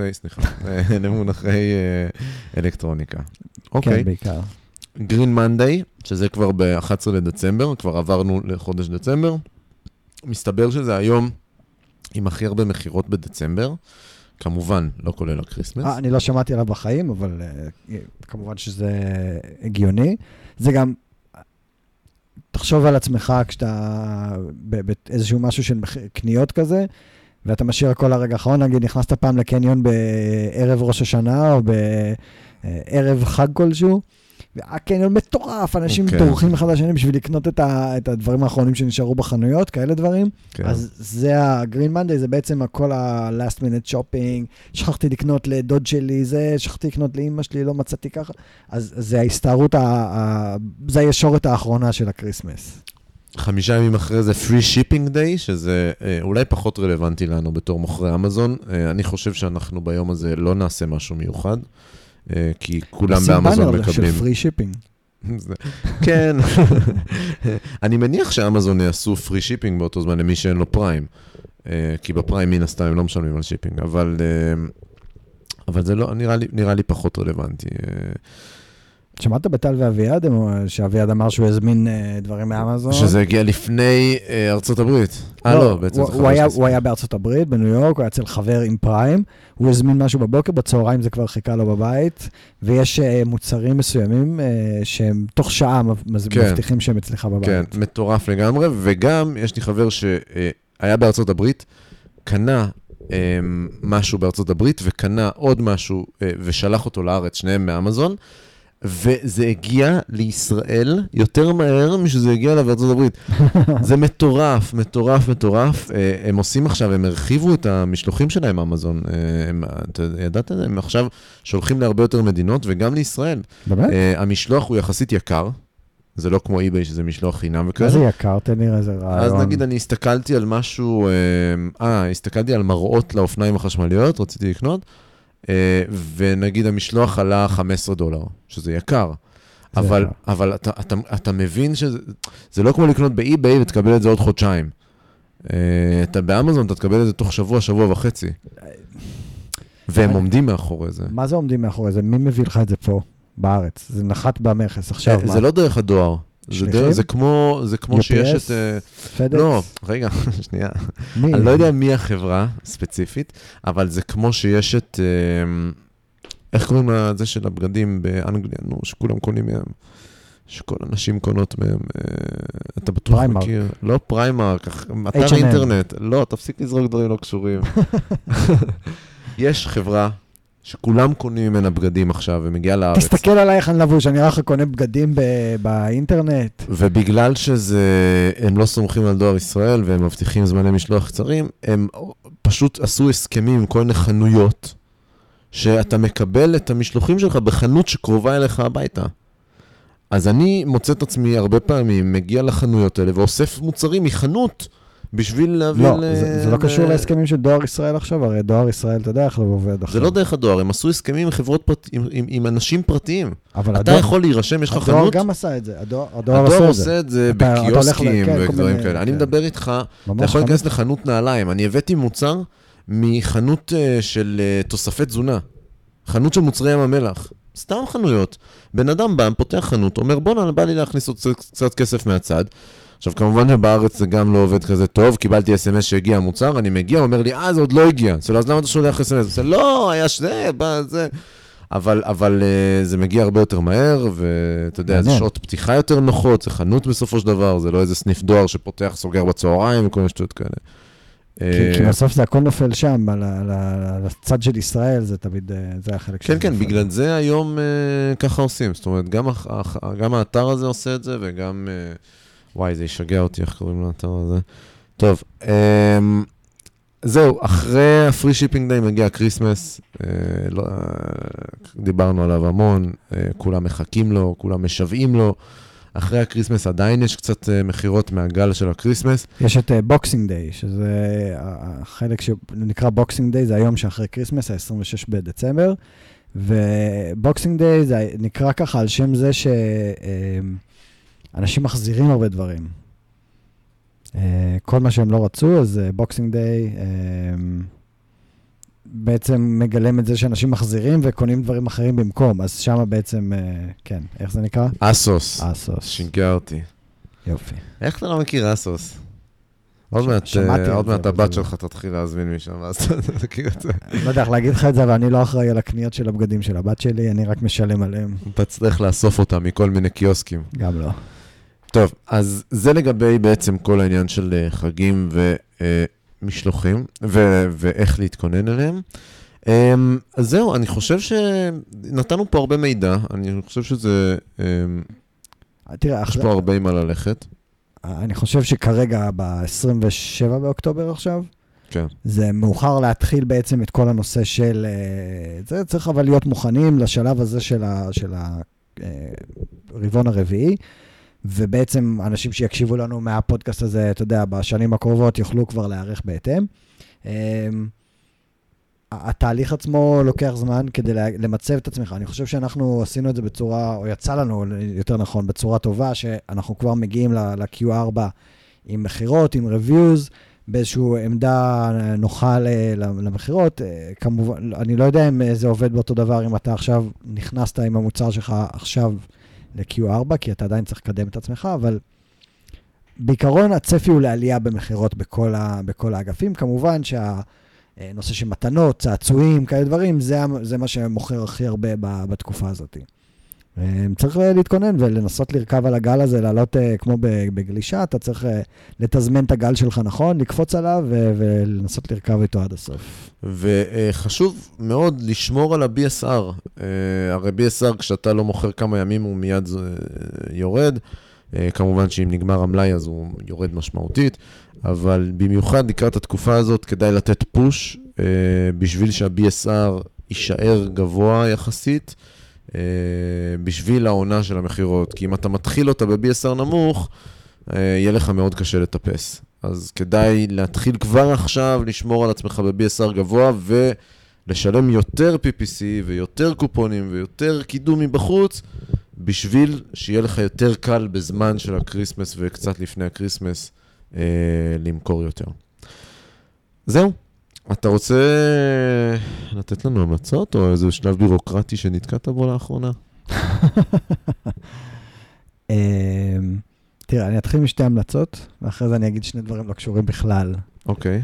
למונחי אלקטרוניקה. אוקיי. כן, בעיקר. גרין מנדי, שזה כבר ב-11 לדצמבר, כבר עברנו לחודש דצמבר. מסתבר שזה היום עם הכי הרבה מחירות בדצמבר. כמובן, לא כולל הקריסמס. אני לא שמעתי עליו בחיים, אבל כמובן שזה הגיוני. זה גם, תחשוב על עצמך כשאתה באיזשהו משהו של קניות כזה, ואתה משאיר הכל לרגע האחרון, נגיד, נכנסת פעם לקניון בערב ראש השנה, או בערב חג כלשהו, והקניון מטורף, אנשים דורכים אחד לשני בשביל לקנות את הדברים האחרונים שנשארו בחנויות, כאלה דברים. אז זה הגרין מנדי, זה בעצם הכל ה-last minute shopping, שכחתי לקנות לדוד שלי, שכחתי לקנות לאמא שלי, לא מצאתי ככה. אז זה ההסתערות, זה הישורת האחרונה של הקריסמס. 5 ימים אחרי זה free shipping day, שזה אולי פחות רלוונטי לנו בתור מוכרי אמזון. אני חושב שאנחנו ביום הזה לא נעשה משהו מיוחד. כי כולם באמזון מקבלים. של פרי שיפינג. כן. אני מניח שאמזון יעשו פרי שיפינג באותו זמן למי שאין לו פריים. כי בפריים מן הסתם הם לא משלמים על שיפינג. אבל זה לא, נראה לי פחות רלוונטי. שמעת בטל ואביעד, שאביעד אמר שהוא הזמין דברים מאמזון? שזה הגיע לפני ארצות הברית. לא, בעצם זה הוא היה בארצות הברית, בניו יורק, הוא היה אצל חבר עם פריים, הוא הזמין משהו בבוקר, בצהריים זה כבר חיכה לו בבית, ויש מוצרים מסוימים שהם תוך שעה מבטיחים שהם אצלך בבית. כן, מטורף לגמרי, וגם יש לי חבר שהיה בארצות הברית, קנה משהו בארצות הברית, וקנה עוד משהו, ושלח אותו לארץ, שניהם מאמזון, וזה הגיע לישראל יותר מהר משזה הגיע לארצות הברית. זה מטורף, מטורף, מטורף. הם עושים עכשיו, הם הרחיבו את המשלוחים שלהם, אמזון. אתה ידעת? הם עכשיו שולחים להרבה יותר מדינות, וגם לישראל. באמת? המשלוח הוא יחסית יקר. זה לא כמו eBay, שזה משלוח חינם וכאלה. מה זה יקר? תנראה איזה רעיון. אז נגיד, אני הסתכלתי על משהו, הסתכלתי על מראות לאופניים החשמליות, רציתי לקנות, ונגיד המשלוח עלה $15, שזה יקר. אבל אתה מבין שזה לא כמו לקנות ב-eBay ותקבל את זה עוד חודשיים. אתה באמזון, אתה תקבל את זה תוך שבוע, שבוע וחצי. והם עומדים מאחורי זה. מה זה עומדים מאחורי זה? מי מביא לך את זה פה, בארץ? זה נחת במכס עכשיו. זה לא דרך הדואר. זה כמו שיש את... פדקס? לא, רגע, שנייה. אני לא יודע מי החברה ספציפית, אבל זה כמו שיש את... איך קוראים לזה של הבגדים באנגליה, שכולם קונים מהם, שכל אנשים קונות מהם, אתה בטוח מכיר? לא פריימרק, אתר אינטרנט. לא, תפסיק לזרוק דברים לא קשורים. יש חברה שכולם קונים ממנה בגדים עכשיו, ומגיעה לארץ. תסתכל עליי איך אני לבוש, אני רק קונה בגדים באינטרנט. ובגלל שהם לא סומכים על דואר ישראל, והם מבטיחים זמני משלוח קצרים, הם פשוט עשו הסכמים עם כל מיני חנויות, שאתה מקבל את המשלוחים שלך בחנות שקרובה אליך הביתה. אז אני מוצא את עצמי הרבה פעמים, מגיע לחנויות האלה, ואוסף מוצרים מחנות, בשביל להביא לא, זה לא קשור להסכמים של דואר ישראל עכשיו, הרי דואר ישראל, אתה יודע איך לא עובד עכשיו. זה לא דרך הדואר, הם עשו הסכמים עם חברות עם אנשים פרטיים. אתה יכול להירשם, יש לך חנות. הדואר גם עשה את זה, הדואר עושה את זה בקיוסקים ודברים כאלה. אני מדבר איתך, אתה יכול להיכנס לחנות נעליים. אני הבאתי מוצר מחנות של תוספי תזונה. חנות של מוצרי ים המלח. סתם חנויות. בן אדם בא, פותח חנות, אומר בא לי להכניס עוד קצת כסף מהצד. עכשיו, כמובן שבארץ זה גם לא עובד כזה טוב, קיבלתי SMS שהגיע המוצר, אני מגיע, הוא אומר לי, זה עוד לא הגיע. אז למה אתה שולח SMS? לא, היה זה. אבל זה מגיע הרבה יותר מהר, ואתה יודע, זה שעות פתיחה יותר נוחות, זה חנות בסופו של דבר, זה לא איזה סניף דואר שפותח, סוגר בצהריים, וכל מיני שטויות כאלה. כי בסוף זה הכל נופל שם, על הצד של ישראל, זה תמיד, זה החלק של... כן, בגלל זה היום ככה עושים. זאת אומרת, גם האתר הזה עושה את זה, וגם... וואי, זה ישגע אותי, איך קוראים לאתר הזה. טוב, זהו, אחרי הפרי שיפינג דיי מגיע הקריסמס, דיברנו עליו המון, כולם מחכים לו, כולם משוועים לו, אחרי הקריסמס עדיין יש קצת מחירות מהגל של הקריסמס. יש את בוקסינג דיי, שזה החלק שנקרא בוקסינג דיי, זה היום שאחרי קריסמס, ה-26 בדצמבר, ובוקסינג דיי זה נקרא ככה על שם זה שאנשים מחזירים הרבה דברים. כל מה שהם לא רצו, אז בוקסינג דיי בעצם מגלם את זה שאנשים מחזירים וקונים דברים אחרים במקום, אז שם בעצם, כן, איך זה נקרא? אסוס. אסוס. שיגע אותי. יופי. איך אתה לא מכיר אסוס? עוד מעט הבת שלך תתחיל להזמין משם, אז אתה תכיר את זה. לא יודע איך להגיד לך את זה, אבל אני לא אחראי על הקניות של הבגדים של הבת שלי, אני רק משלם עליהם. אתה צריך לאסוף אותה מכל מיני קיוסקים. גם לא. טוב, אז זה לגבי בעצם כל העניין של חגים ומשלוחים, ואיך להתכונן אליהם. אז זהו, אני חושב שנתנו פה הרבה מידע, אני חושב שזה, יש פה הרבה מה ללכת. אני חושב שכרגע ב-27 באוקטובר עכשיו, כן. זה מאוחר להתחיל בעצם את כל הנושא של, זה צריך אבל להיות מוכנים לשלב הזה של הרבעון הרביעי, ובעצם אנשים שיקשיבו לנו מהפודקאסט הזה, אתה יודע, בשנים הקרובות יוכלו כבר להיערך בהתאם. התהליך עצמו לוקח זמן כדי למצב את עצמך. אני חושב שאנחנו עשינו את זה בצורה, או יצא לנו יותר נכון, בצורה טובה, שאנחנו כבר מגיעים ל-Q4 עם מחירות, עם reviews, באיזושהי עמדה נוחה למחירות. כמובן, אני לא יודע אם זה עובד באותו דבר, אם אתה עכשיו נכנסת עם המוצר שלך עכשיו ל-Q4, כי אתה עדיין צריך לקדם את עצמך, אבל בעיקרון הצפי הוא לעלייה במחירות בכל האגפים. כמובן נושא של מתנות, צעצועים, כאלה דברים, זה מה שמוכר הכי הרבה בתקופה הזאת. צריך להתכונן ולנסות לרכב על הגל הזה, לעלות כמו בגלישה, אתה צריך לתזמן את הגל שלך נכון, לקפוץ עליו ולנסות לרכב איתו עד הסוף. וחשוב מאוד לשמור על ה-BSR. הרי BSR כשאתה לא מוכר כמה ימים הוא מיד יורד, כמובן שאם נגמר המלאי אז הוא יורד משמעותית, אבל במיוחד לקראת התקופה הזאת כדאי לתת פוש, בשביל שה-BSR יישאר גבוה יחסית, בשביל העונה של המחירות, כי אם אתה מתחיל אותה ב-BSR נמוך, יהיה לך מאוד קשה לטפס. אז כדאי להתחיל כבר עכשיו לשמור על עצמך ב-BSR גבוה, ולשלם יותר PPC ויותר קופונים ויותר קידום מבחוץ, בשביל שיהיה לך יותר קל בזמן של הקריסמס וקצת לפני הקריסמס למכור יותר. זהו. אתה רוצה לתת לנו המלצות או איזה שלב בירוקרטי שנתקעת בו לאחרונה? תראה, אני אתחיל משתי המלצות, ואחרי זה אני אגיד שני דברים לא קשורים בכלל. אוקיי.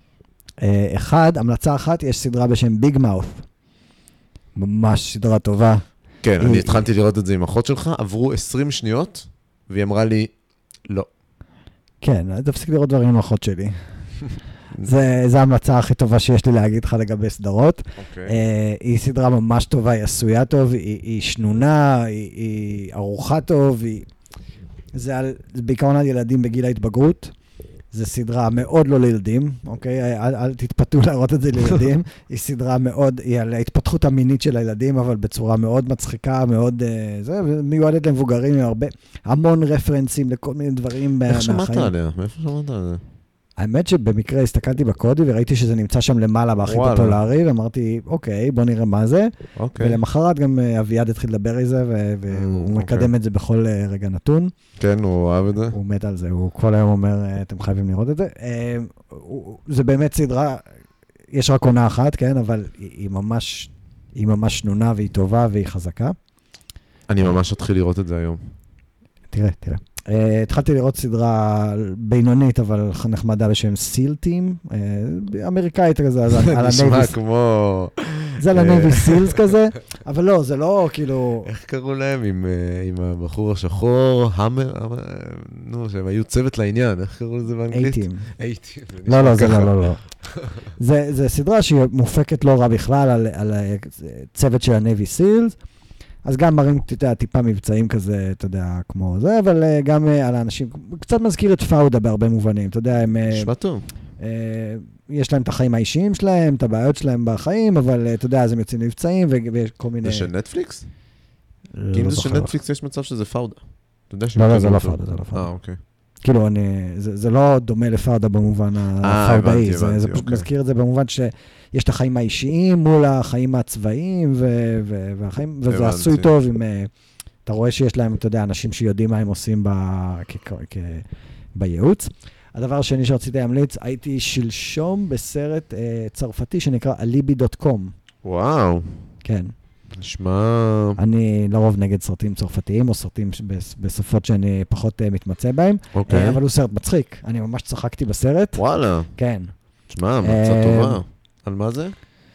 המלצה אחת, יש סדרה בשם ביג מאות'. ממש סדרה טובה. כן, אני התחלתי לראות את זה עם אחות שלך, עברו 20 שניות, והיא אמרה לי, לא. כן, תפסיק לראות דברים עם אחות שלי. זה ההמלצה הכי טובה שיש לי להגיד לך לגבי סדרות. היא סדרה ממש טובה, היא עשויה טוב, היא שנונה, היא ארוחה טוב, זה בעיקרון על ילדים בגיל ההתבגרות. זו סדרה מאוד לא לילדים, אוקיי? אל תתפתו להראות את זה לילדים. היא סדרה מאוד, היא על ההתפתחות המינית של הילדים, אבל בצורה מאוד מצחיקה, מאוד, מיועדת למבוגרים, עם המון רפרנסים לכל מיני דברים מהחיים. איך שמעת עליה? מאיפה שמעת על זה? האמת שבמקרה הסתכלתי בקודי וראיתי שזה נמצא שם למעלה בהכי פופולרי, ואמרתי, אוקיי, בוא נראה מה זה. ולמחרת גם אביעד התחיל לדבר על זה, והוא מקדם את זה בכל רגע נתון. כן, הוא אוהב את זה. הוא מת על זה, הוא כל היום אומר, אתם חייבים לראות את זה. זה באמת סדרה, יש רק עונה אחת, כן, אבל היא ממש שנונה והיא טובה והיא חזקה. אני ממש אתחיל לראות את זה היום. תראה. התחלתי לראות סדרה בינונית, אבל נחמדה בשם סיל טים, אמריקאית כזה, על הנייבי. נשמע כמו... זה על הנייבי סילס כזה, אבל לא, זה לא כאילו... איך קראו להם עם הבחור השחור, המר, נו, שהם היו צוות לעניין, איך קראו לזה באנגלית? אייטים. לא, זה לא. זה סדרה שהיא מופקת לא רע בכלל על צוות של הנייבי סילס, אז גם מראים טיפה מבצעים כזה, אתה יודע, כמו זה, אבל גם על האנשים, קצת מזכיר את פאודה בהרבה מובנים, אתה יודע, הם... נשמע טוב. יש להם את החיים האישיים שלהם, את הבעיות שלהם בחיים, אבל אתה יודע, אז הם יוצאים מבצעים וכל מיני... זה של נטפליקס? לא כי אם זה זוכר. של נטפליקס יש מצב שזה פאודה. אתה יודע לא, זה לא פאודה, זה לא פאודה. אוקיי. כאילו, זה לא דומה לפאודה במובן הפאודאי, זה פשוט מזכיר את זה במובן שיש את החיים האישיים מול החיים הצבאיים, וזה עשוי טוב אם אתה רואה שיש להם, אתה יודע, אנשים שיודעים מה הם עושים בייעוץ. הדבר השני שרציתי להמליץ, הייתי שלשום בסרט צרפתי שנקרא alibi.com. וואו. כן. נשמע... אני לרוב נגד סרטים צרפתיים, או סרטים בשפות שאני פחות מתמצא בהם, אבל הוא סרט מצחיק. אני ממש צחקתי בסרט. וואלה. כן. נשמע, מצא טובה. על מה זה?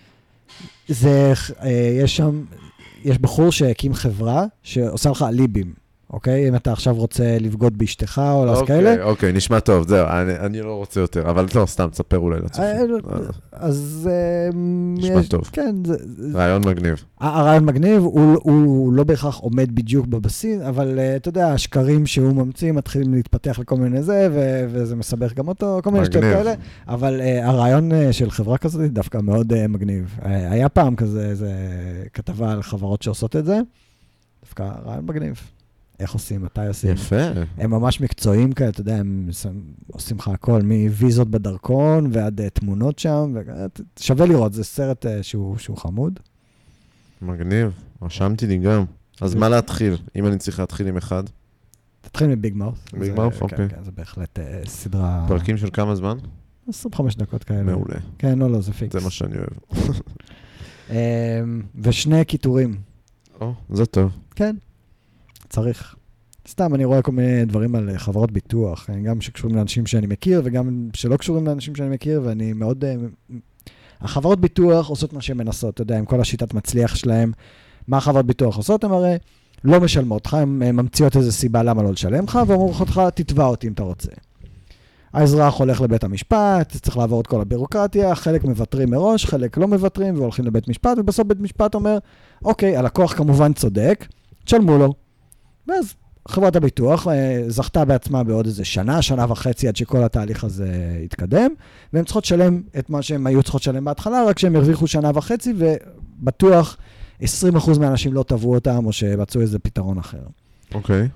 יש בחור שהקים חברה שעושה לך אליבים. אוקיי? אם אתה עכשיו רוצה לבגוד באשתך או לא כאלה. אוקיי, נשמע טוב, זהו, אני לא רוצה יותר, אבל לא, סתם, תספר אולי לצופים. אז... נשמע טוב. כן. רעיון מגניב. הרעיון מגניב, הוא לא בהכרח עומד בדיוק בבסיס, אבל אתה יודע, השקרים שהוא ממציא מתחילים להתפתח לכל מיני זה, וזה מסבך גם אותו, כל מיני שטויות כאלה, אבל הרעיון של חברה כזאת דווקא מאוד מגניב. היה פעם כזה, כתבה על חברות שעושות את זה, דווקא רעיון מגניב. איך עושים, מתי עושים. יפה. הם ממש מקצועיים כאלה, אתה יודע, הם עושים לך הכל, מוויזות בדרכון ועד תמונות שם, שווה לראות, זה סרט שהוא חמוד. מגניב, רשמתי לי גם. אז מה להתחיל, אם אני צריך להתחיל עם אחד? תתחיל מביג מאוף. ביג מאוף, אוקיי. כן, זה בהחלט סדרה... פרקים של כמה זמן? 25 דקות כאלה. מעולה. כן, לא, זה פיקס. זה מה שאני אוהב. ושני כיתורים. זה טוב. כן. צריך. סתם, אני רואה כל מיני דברים על חברות ביטוח, גם שקשורים לאנשים שאני מכיר, וגם שלא קשורים לאנשים שאני מכיר, ואני מאוד... החברות ביטוח עושות מה שהן מנסות, אתה יודע, עם כל השיטת מצליח שלהם. מה החברות ביטוח עושות? הן הרי לא משלמות לך, הן ממציאות איזו סיבה למה לא לשלם לך, ואומרות לך, תתבע אותי אם אתה רוצה. האזרח הולך לבית המשפט, צריך לעבור את כל הבירוקרטיה, חלק מבטרים מראש, חלק לא מבטרים, והולכים לבית משפט, ובסוף בית משפט אומר, אוקיי, הלקוח כמובן צודק, תשלמו לו. ואז חברת הביטוח זכתה בעצמה בעוד איזה שנה וחצי עד שכל התהליך הזה יתקדם, והן צריכות לשלם את מה שהן היו צריכות לשלם בהתחלה, רק שהן הרוויחו שנה וחצי, ובטוח 20% מהאנשים לא תבעו אותם, או שמצאו איזה פתרון אחר. אוקיי.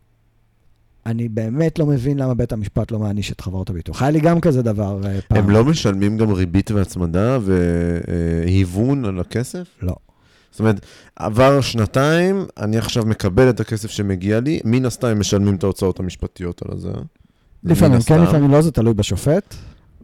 אני באמת לא מבין למה בית המשפט לא מעניש את חברות הביטוח. היה לי גם כזה דבר פעם. הם לא משלמים גם ריבית והצמדה והיוון על הכסף? לא. זאת אומרת, עבר שנתיים, אני עכשיו מקבל את הכסף שמגיע לי, מן הסתם משלמים את ההוצאות המשפטיות על זה. לפעמים, כן, לפעמים לא, זה תלוי בשופט.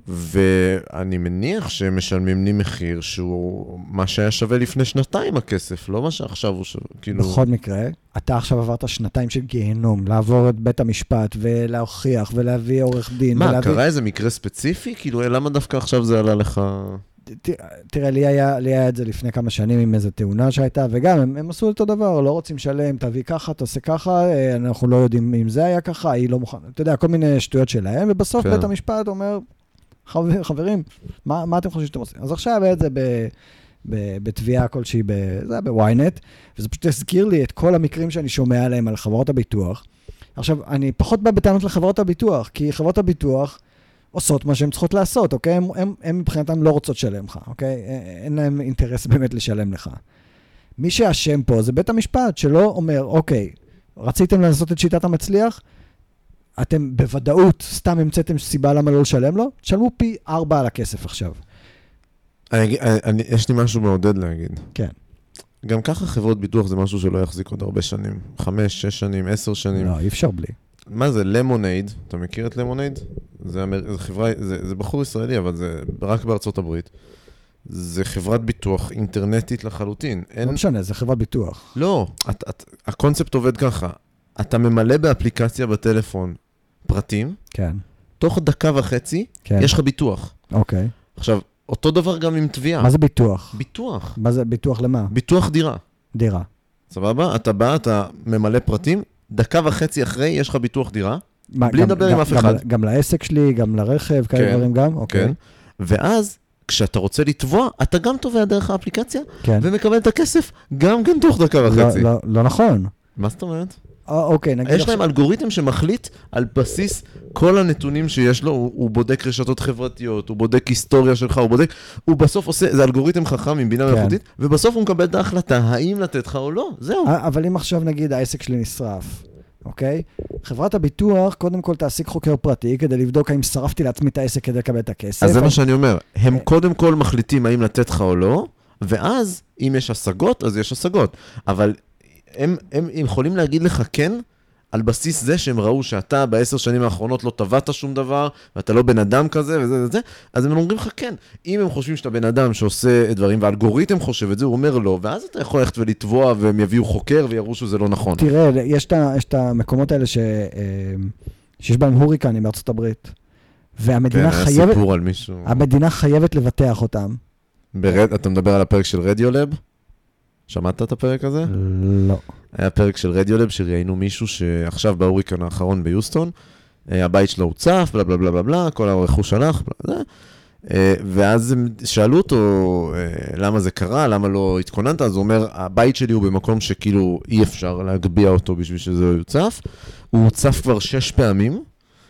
ואני מניח שהם משלמים לי מחיר שהוא מה שהיה שווה לפני שנתיים הכסף, לא מה שעכשיו הוא שווה, כאילו... בכל מקרה, אתה עכשיו עברת שנתיים של גיהנום, לעבור את בית המשפט ולהוכיח ולהביא עורך דין. מה, קרה איזה מקרה ספציפי? כאילו, למה דווקא עכשיו זה עלה לך... תראה, לי היה את זה לפני כמה שנים עם איזו תאונה שהייתה, וגם הם עשו אותו דבר, לא רוצים לשלם, תביא ככה, תעשה ככה, אנחנו לא יודעים אם זה היה ככה, היא לא מוכנה, אתה יודע, כל מיני שטויות שלהם, ובסוף בית המשפט אומר, חברים, מה אתם חושבים שאתם עושים? אז עכשיו היה את זה בתביעה כלשהי, זה היה בוויינט, וזה פשוט הזכיר לי את כל המקרים שאני שומע עליהם על חברות הביטוח. עכשיו, אני פחות בא בטענות לחברות הביטוח, כי חברות הביטוח עושות מה שהן צריכות לעשות, אוקיי? הם מבחינתם לא רוצות לשלם לך, אוקיי? אין להם אינטרס באמת לשלם לך. מי שאשם פה זה בית המשפט, שלא אומר, אוקיי, רציתם לעשות את שיטת המצליח, אתם בוודאות סתם המצאתם סיבה למה לא לשלם לו, תשלמו פי 4 על הכסף עכשיו. יש לי משהו מעודד להגיד. כן. גם ככה חברות ביטוח זה משהו שלא יחזיק עוד הרבה שנים. 5, 6 שנים, 10 שנים. לא, אי אפשר בלי. מה זה? למונייד. אתה מכיר את למונייד? זה חברה, זה בחור ישראלי, אבל זה רק בארצות הברית. זה חברת ביטוח אינטרנטית לחלוטין. לא משנה, זה חברת ביטוח. לא, הקונספט עובד ככה. אתה ממלא באפליקציה בטלפון פרטים. כן. תוך דקה וחצי, יש לך ביטוח. אוקיי. עכשיו, אותו דבר גם עם תביעה. מה זה ביטוח? ביטוח. מה זה ביטוח למה? ביטוח דירה. דירה. סבבה? אתה בא, אתה ממלא פרטים, דקה וחצי אחרי יש לך ביטוח דירה, בלי לדבר עם אף אחד. גם לעסק שלי, גם לרכב, כאלה דברים גם? כן. ואז, כשאתה רוצה לתבוע, אתה גם תובע דרך האפליקציה, ומקבל את הכסף גם כן תוך דקה וחצי. לא נכון. מה זאת אומרת? אוקיי, נגיד... יש להם אלגוריתם שמחליט על בסיס כל הנתונים שיש לו, הוא בודק רשתות חברתיות, הוא בודק היסטוריה שלך, הוא בסוף עושה, זה אלגוריתם חכם עם בינה מלאכותית, ובסוף הוא מקבל את ההחלטה, האם לתת לך או לא, זהו. אבל אם עכשיו נגיד העסק שלי נשרף, אוקיי? חברת הביטוח, קודם כל תעסיק חוקר פרטי, כדי לבדוק האם שרפתי לעצמי את העסק כדי לקבל את הכסף. אז זה מה שאני אומר, הם קודם כל מחליטים האם לתת לך או לא, ואז אם יש השגות, אז יש השגות. אבל הם יכולים להגיד לך כן, על בסיס זה שהם ראו שאתה ב10 שנים האחרונות לא טבעת שום דבר, ואתה לא בן אדם כזה וזה וזה, אז הם אומרים לך כן. אם הם חושבים שאתה בן אדם שעושה דברים, והאלגוריתם חושב את זה, הוא אומר לא, ואז אתה יכול ללכת ולתבוע, והם יביאו חוקר ויראו שזה לא נכון. תראה, יש את המקומות האלה שיש בהם הוריקנים בארצות הברית, והמדינה כן, היה סיפור על מישהו. המדינה חייבת לבטח אותם. אתה מדבר על הפרק של רדיולב? שמעת את הפרק הזה? לא. היה פרק של רדיולב שראיינו מישהו שעכשיו בהוריקן האחרון ביוסטון, הבית שלו הוצף, בלה בלה בלה בלה בלה, כל הרכוש הלך, ואז שאלו אותו למה זה קרה, למה לא התכוננת, אז הוא אומר, הבית שלי הוא במקום שכאילו אי אפשר להגביע אותו בשביל שזה יוצף, הוא הוצף כבר 6 פעמים,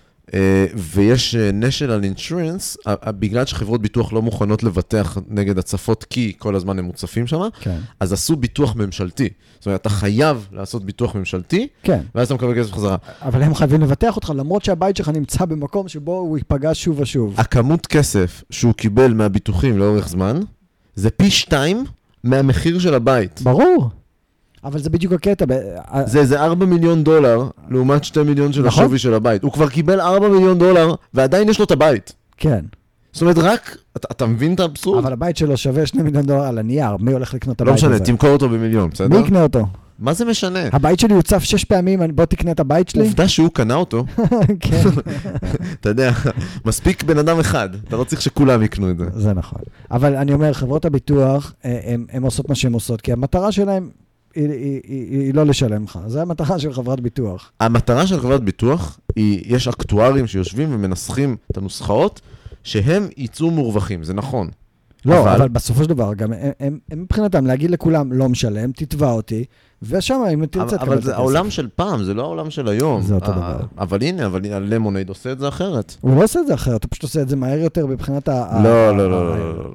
ויש national insurance, בגלל שחברות ביטוח לא מוכנות לבטח נגד הצפות, כי כל הזמן הם מוצפים שם, כן. אז עשו ביטוח ממשלתי. זאת אומרת, אתה חייב לעשות ביטוח ממשלתי, כן. ואז אתה מקבל כסף חזרה. אבל הם חייבים לבטח אותך, למרות שהבית שלך נמצא במקום שבו הוא ייפגע שוב ושוב. הכמות כסף שהוא קיבל מהביטוחים לאורך זמן, זה פי 2 מהמחיר של הבית. ברור. אבל זה בדיוק הקטע. זה 4 מיליון דולר, לעומת 2 מיליון של נכון? השווי של הבית. הוא כבר קיבל 4 מיליון דולר, ועדיין יש לו את הבית. כן. זאת אומרת, רק, אתה מבין את האבסורד? אבל הבית שלו שווה 2 מיליון דולר על הנייר. מי הולך לקנות את הבית הזה? לא משנה, תמכור אותו במיליון, בסדר? מי יקנה אותו? מה זה משנה? הבית שלי יוצף 6 פעמים, בוא תקנה את הבית שלי. עובדה שהוא קנה אותו. כן. אתה יודע, מספיק בן אדם אחד. אתה לא צריך שכולם יקנו את זה. זה נכון. אבל אני אומר, חברות הביטוח, הן עושות מה שהן עושות, כי המטרה שלהן היא לא לשלם לך. זה המטרה של חברת ביטוח. המטרה של חברת ביטוח היא, יש אקטוארים שיושבים ומנסחים את הנוסחאות, שהם ייצאו מורווחים, זה נכון. לא, אבל בסופו של דבר, גם הם מבחינתם להגיד לכולם, לא משלם, תתבע אותי, ושם אם תרצה תקבל את אבל זה העולם של פעם, זה לא העולם של היום. זה אותו דבר. אבל הנה, הלמונייד עושה את זה אחרת. הוא לא עושה את זה אחרת, הוא פשוט עושה את זה מהר יותר מבחינת לא,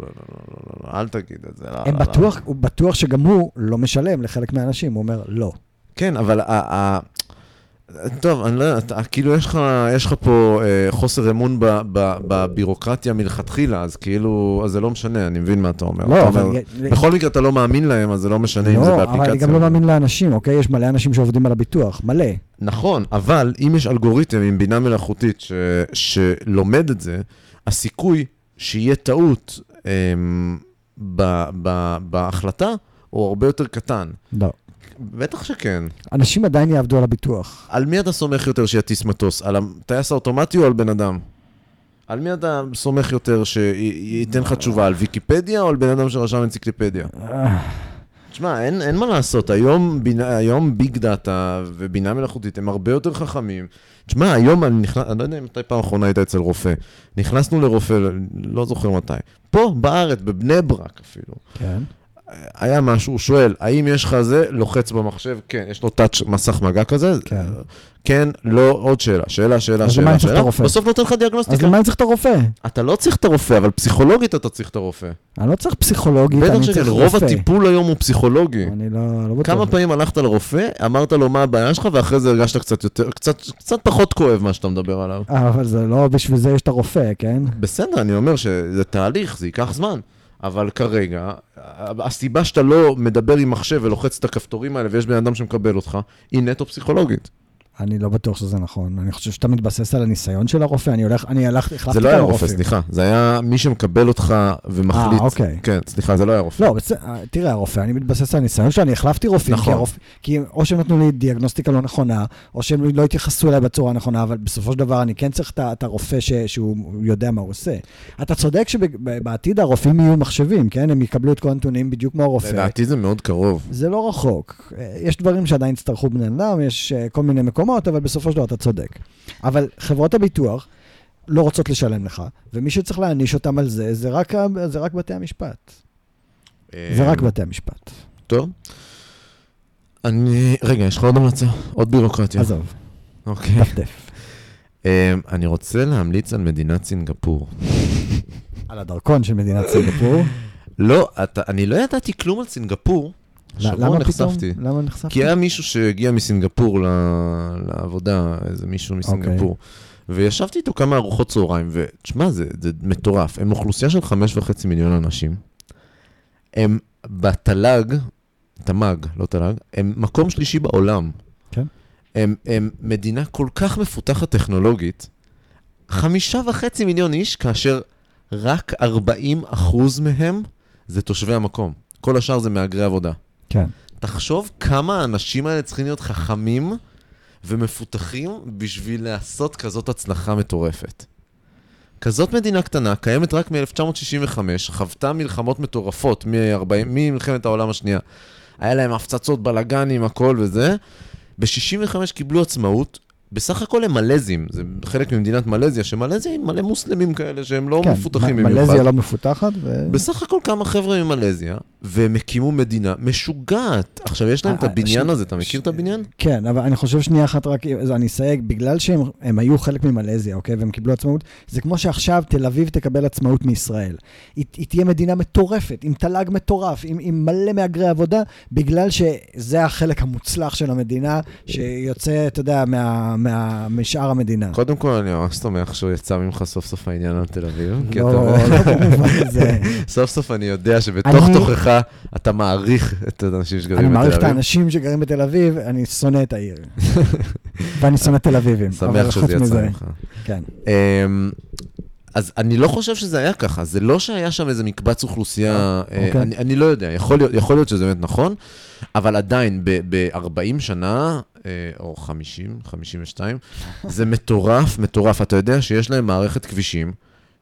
אל תגיד את זה. הוא בטוח שגם הוא לא משלם לחלק מהאנשים, הוא אומר לא. כן, אבל טוב, אני לא יודע, כאילו יש לך פה חוסר אמון בבירוקרטיה מלכתחילה, אז כאילו, אז זה לא משנה, אני מבין מה אתה אומר. לא, אבל... בכל מקרה אתה לא מאמין להם, אז זה לא משנה אם זה באפליקציה. לא, אבל אני גם לא מאמין לאנשים, אוקיי? יש מלא אנשים שעובדים על הביטוח, מלא. נכון, אבל אם יש אלגוריתם עם בינה מלאכותית שלומד את זה, הסיכוי שיהיה טעות בהחלטה הוא הרבה יותר קטן. לא. בטח שכן. אנשים עדיין יעבדו על הביטוח. על מי אתה סומך יותר שיטיס מטוס? על הטייס האוטומטי או על בן אדם? על מי אתה סומך יותר שייתן לך תשובה? על ויקיפדיה או על בן אדם שרשם אנציקלופדיה? תשמע, אין מה לעשות. היום ביג דאטה ובינה מלאכותית הם הרבה יותר חכמים. תשמע, היום אני לא יודע מתי פעם האחרונה הייתה אצל רופא. נכנסנו לרופא, לא זוכר מתי. פה, בארץ, בבני ברק אפילו. כן. היה משהו, הוא שואל, האם יש לך זה, לוחץ במחשב, כן, יש לו טאץ' מסך מגע כזה, כן. כן, לא, עוד שאלה, בסוף נותן לך דיאגנוסטיקה. אז למה אני צריך את הרופא? אתה לא צריך את הרופא, אבל פסיכולוגית אתה צריך את הרופא. אני לא צריך פסיכולוגית, אני צריך רופא. רוב הטיפול היום הוא פסיכולוגי. אני לא בטוח. כמה פעמים הלכת לרופא, אמרת לו מה הבעיה שלך, ואחרי זה הרגשת קצת פחות כואב מה שאתה מדבר עליו. אבל זה לא, בשביל זה יש את הרופא, כן? בסדר, אני אומר שזה תהליך, זה ייקח זמן. אבל כרגע, הסיבה שאתה לא מדבר עם מחשב ולוחץ את הכפתורים האלה ויש בן אדם שמקבל אותך, היא נטו פסיכולוגית. אני לא בטוח שזה נכון. אני חושב שאתה החלטתי על הניסיון של הרופא. זה לא היה רופא, סליחה. זה היה מי שמקבל אותך ומחליט. אוקיי. כן, סליחה, זה לא היה רופא. לא, תראה, הרופא, אני מתבסס על הניסיון שלי, אני החלפתי רופאים. נכון. כי או שהם נתנו לי דיאגנוסטיקה לא נכונה, או שהם לא התייחסו אליי בצורה הנכונה, אבל בסופו של דבר אני כן צריך את הרופא שהוא יודע מה הוא עושה. אתה צודק שבעתיד הרופאים יהיו מחשבים, כן? הם יקבלו את כל הנתונים בדיוק כמו הרופא. לדעתי זה מאוד קרוב. זה לא רחוק. יש דברים שעדיין יצטרכו בני אדם, יש כל מיני מקומות, אבל בסופו של דבר אתה צודק. אבל חברות הביטוח לא רוצות לשלם לך, ומי שצריך להעניש אותם על זה, זה רק בתי המשפט. זה רק בתי המשפט. טוב. רגע, יש לך עוד המלצה? עוד בירוקרטיה. עזוב, אוקיי. דפדף. אני רוצה להמליץ על מדינת סינגפור. על הדרכון של מדינת סינגפור. לא, אני לא ידעתי כלום על סינגפור. למה נחשפתי? למה נחשפתי? כי היה מישהו שהגיע מסינגפור לעבודה, איזה מישהו מסינגפור. וישבתי איתו כמה ארוחות צהריים, ותשמע, זה מטורף. הם אוכלוסייה של 5.5 מיליון אנשים. הם בתל"ג, תמ"ג, לא תל"ג, הם מקום שלישי בעולם. כן. הם מדינה כל כך מפותחת טכנולוגית, 5.5 מיליון איש, כאשר רק 40% מהם זה תושבי המקום. כל השאר זה מהגרי עבודה. כן. תחשוב כמה האנשים האלה צריכים להיות חכמים ומפותחים בשביל לעשות כזאת הצלחה מטורפת. כזאת מדינה קטנה, קיימת רק מ-1965, חוותה מלחמות מטורפות ממלחמת העולם השנייה. היה להם הפצצות בלגנים, הכל וזה. ב-65 קיבלו עצמאות, בסך הכל הם מלזים, זה חלק ממדינת מלזיה, שמלזיה הם מלא מוסלמים כאלה שהם לא מפותחים במיוחד. מלזיה לא מפותחת. בסך הכל כמה חבר'ה ממלזיה, והם הקימו מדינה משוגעת. עכשיו, יש להם את הבניין הזה, אתה מכיר את הבניין? כן, אבל אני חושב שנייה אחת רק, אני אסייג, בגלל שהם היו חלק ממלזיה, אוקיי, והם קיבלו עצמאות, זה כמו שעכשיו תל אביב תקבל עצמאות מישראל. היא תהיה מדינה מטורפת, עם תל"ג מטורף, עם מלא מהגרי עבודה, בגלל שזה החלק המוצלח של המדינה, שיוצא, אתה יודע, משאר המדינה. קודם כל, אני ממש שמח שהוא יצא ממך סוף סוף העניין על תל אביב. לא במובן הזה. סוף סוף אני יודע שבתוך תוכך אתה מעריך את האנשים שגרים בתל אביב. אני מעריך את האנשים שגרים בתל אביב, אני שונא את העיר. ואני שונא תל אביבים. שמח שזה יצא ממך. כן. אז אני לא חושב שזה היה ככה, זה לא שהיה שם איזה מקבץ אוכלוסייה, אני לא יודע, יכול להיות שזה באמת נכון, אבל עדיין ב-40 שנה, או 50, 52, זה מטורף, מטורף. אתה יודע שיש להם מערכת כבישים,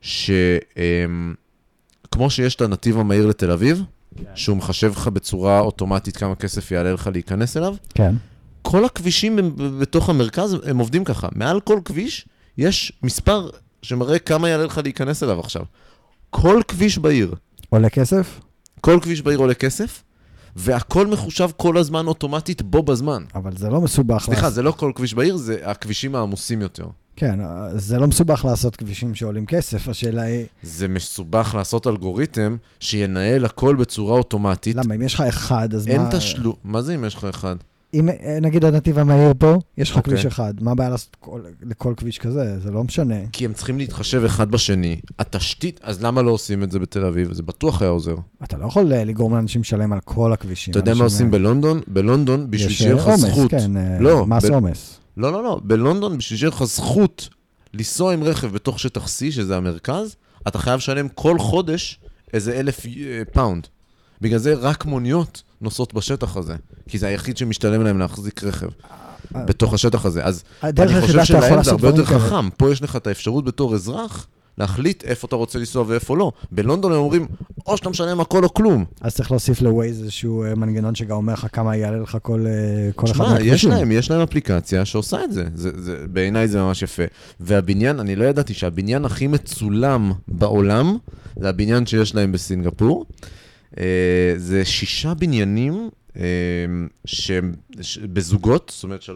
כמו שיש את הנתיב המהיר לתל אביב, שהוא מחשב לך בצורה אוטומטית כמה כסף יעלה לך להיכנס אליו, כן. כל הכבישים בתוך המרכז, הם עובדים ככה. מעל כל כביש יש מספר שמראה כמה יעלה לך להיכנס אליו עכשיו. כל כביש בעיר. עולה כסף? כל כביש בעיר עולה כסף, והכל מחושב כל הזמן אוטומטית בו בזמן. אבל זה לא מסובך. סליחה, זה לא כל כביש בעיר, זה הכבישים העמוסים יותר. כן, זה לא מסובך לעשות כבישים שעולים כסף, השאלה היא... זה מסובך לעשות אלגוריתם שינהל הכל בצורה אוטומטית. למה? אם יש לך אחד, אז אין תשלום. מה זה אם יש לך אחד? אם נגיד הנתיב המהיר פה, יש לך כביש אחד. מה הבעיה לעשות לכל כביש כזה? זה לא משנה. כי הם צריכים להתחשב אחד בשני. התשתית, אז למה לא עושים את זה בתל אביב? זה בטוח היה עוזר. אתה לא יכול לגרום לאנשים לשלם על כל הכבישים. אתה יודע מה עושים בלונדון? בלונדון, בשביל שיהיה לך זכות. כן, מס עומס. לא. בלונדון, בשביל שיהיה לך זכות לנסוע עם רכב בתוך שטח C, שזה המרכז, אתה חייב לשלם כל חודש איזה 1,000 פאונד. בגלל זה רק מוניות נוסעות בשטח הזה, כי זה היחיד שמשתלם להם להחזיק רכב בתוך השטח הזה. אז אני חושב שלהם זה הרבה יותר חכם. פה יש לך את האפשרות בתור אזרח להחליט איפה אתה רוצה לנסוע ואיפה לא. בלונדון הם אומרים, או שאתה משלם הכל או כלום. אז צריך להוסיף לווייז איזשהו מנגנון שגם אומר לך כמה יעלה לך כל אחד מהכבישים. יש להם אפליקציה שעושה את זה. בעיניי זה ממש יפה. והבניין, אני לא ידעתי שהבניין הכי מצולם בעולם, זה הבניין שיש להם בסינגפור. זה 6 בניינים בזוגות, זאת אומרת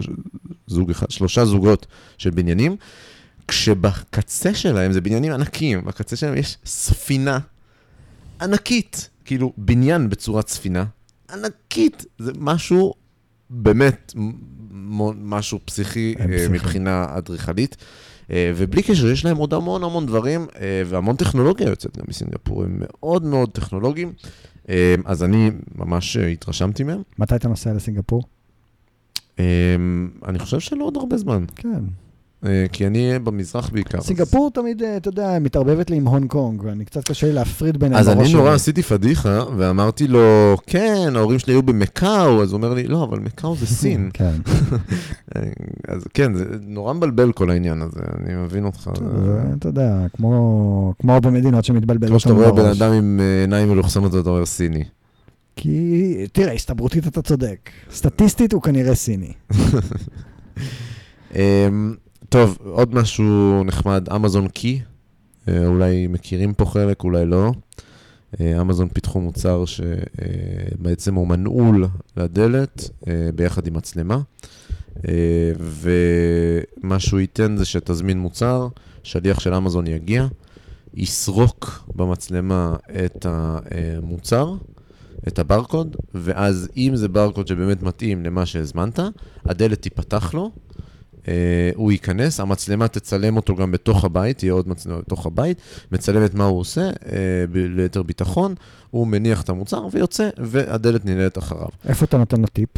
3 זוגות של בניינים, כשבקצה שלהם, זה בניינים ענקיים, בקצה שלהם יש ספינה ענקית, כאילו בניין בצורת ספינה ענקית, זה משהו באמת, משהו פסיכי מבחינה אדריכלית, ובלי קשר, יש להם עוד המון דברים, והמון טכנולוגיה יוצאת גם מסינגפור, הם מאוד מאוד טכנולוגיים, אז אני ממש התרשמתי מהם. מתי אתה נוסע לסינגפור? אני חושב שלא עוד הרבה זמן. כן. כי אני אהיה במזרח בעיקר. סינגפור תמיד, אתה יודע, מתערבבת לי עם הונג קונג, ואני קצת קשה להפריד ביניהם. אז אני נורא עשיתי פדיחה, ואמרתי לו, כן, ההורים שלי היו במקאו, אז הוא אומר לי, לא, אבל מקאו זה סין. כן. אז כן, זה נורא מבלבל כל העניין הזה, אני מבין אותך. אתה יודע, כמו במדינות שמתבלבלות. כמו שאתה רואה בן אדם עם עיניים מלוכסנות, אתה אומר סיני. כי, תראה, הסתברותית אתה צודק. סטטיסטית הוא כנראה סיני. טוב, עוד משהו נחמד, אמזון קי, אולי מכירים פה חלק, אולי לא. אמזון פיתחו מוצר שבעצם הוא מנעול לדלת ביחד עם מצלמה, ומה שהוא ייתן זה שתזמין מוצר, שליח של אמזון יגיע, יסרוק במצלמה את המוצר, את הברקוד, ואז אם זה ברקוד שבאמת מתאים למה שהזמנת, הדלת תיפתח לו, הוא ייכנס, המצלמה תצלם אותו גם בתוך הבית, תהיה עוד מצלמה בתוך הבית, מצלמת מה הוא עושה, ליתר ביטחון, הוא מניח את המוצר ויוצא, והדלת ננעלת אחריו. איפה אתה נותן לו טיפ?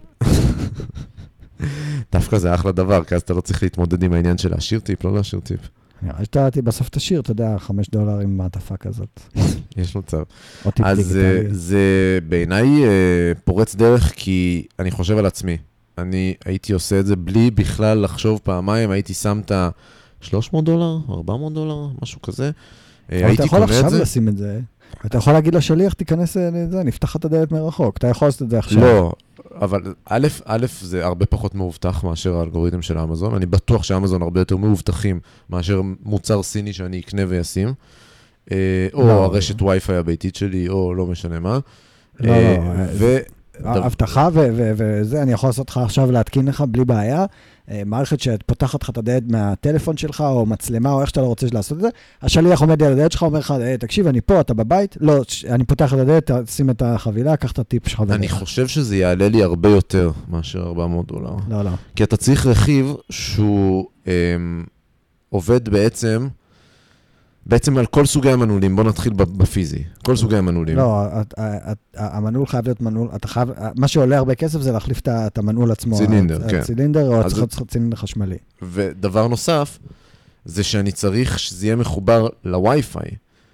דווקא זה אחלה דבר, כי אז אתה לא צריך להתמודד עם העניין של להשאיר טיפ, לא להשאיר טיפ. השתעתי בסוף תשאיר, אתה יודע, $5 עם מעטפה כזאת. יש מצב. אז זה בעיניי פורץ דרך, כי אני חושב על עצמי. אני הייתי עושה את זה בלי בכלל לחשוב פעמיים, הייתי שם את $300, $400, משהו כזה. אתה יכול עכשיו לשים את זה. אתה יכול להגיד לשליח, תיכנס לזה, נפתח את הדלת מרחוק. אתה יכול לעשות את זה עכשיו. לא, אבל א', זה הרבה פחות מאובטח מאשר האלגוריתם של אמזון. אני בטוח שאמזון הרבה יותר מאובטחים מאשר מוצר סיני שאני אקנה וישים. או הרשת וי-פיי הביתית שלי, או לא משנה מה. לא, הבטחה וזה, אני יכול לעשות לך עכשיו להתקין לך בלי בעיה. מערכת שפותחת לך את הדלת מהטלפון שלך, או מצלמה, או איך שאתה לא רוצה לעשות את זה. השליח עומד על הדלת שלך, אומר לך, תקשיב, אני פה, אתה בבית? לא, אני פותח את הדלת, שים את החבילה, קח את הטיפ שלך. אני חושב שזה יעלה לי הרבה יותר מאשר $400. לא. כי אתה צריך רכיב שהוא עובד בעצם על כל סוגי המנעולים, בוא נתחיל בפיזי, כל סוגי המנעולים. לא, המנעול חייב להיות מנעול, מה שעולה הרבה כסף זה להחליף את המנעול עצמו. צילינדר, כן. צילינדר או צריך צילינדר חשמלי. ודבר נוסף, זה שאני צריך שזה יהיה מחובר לווי-פיי,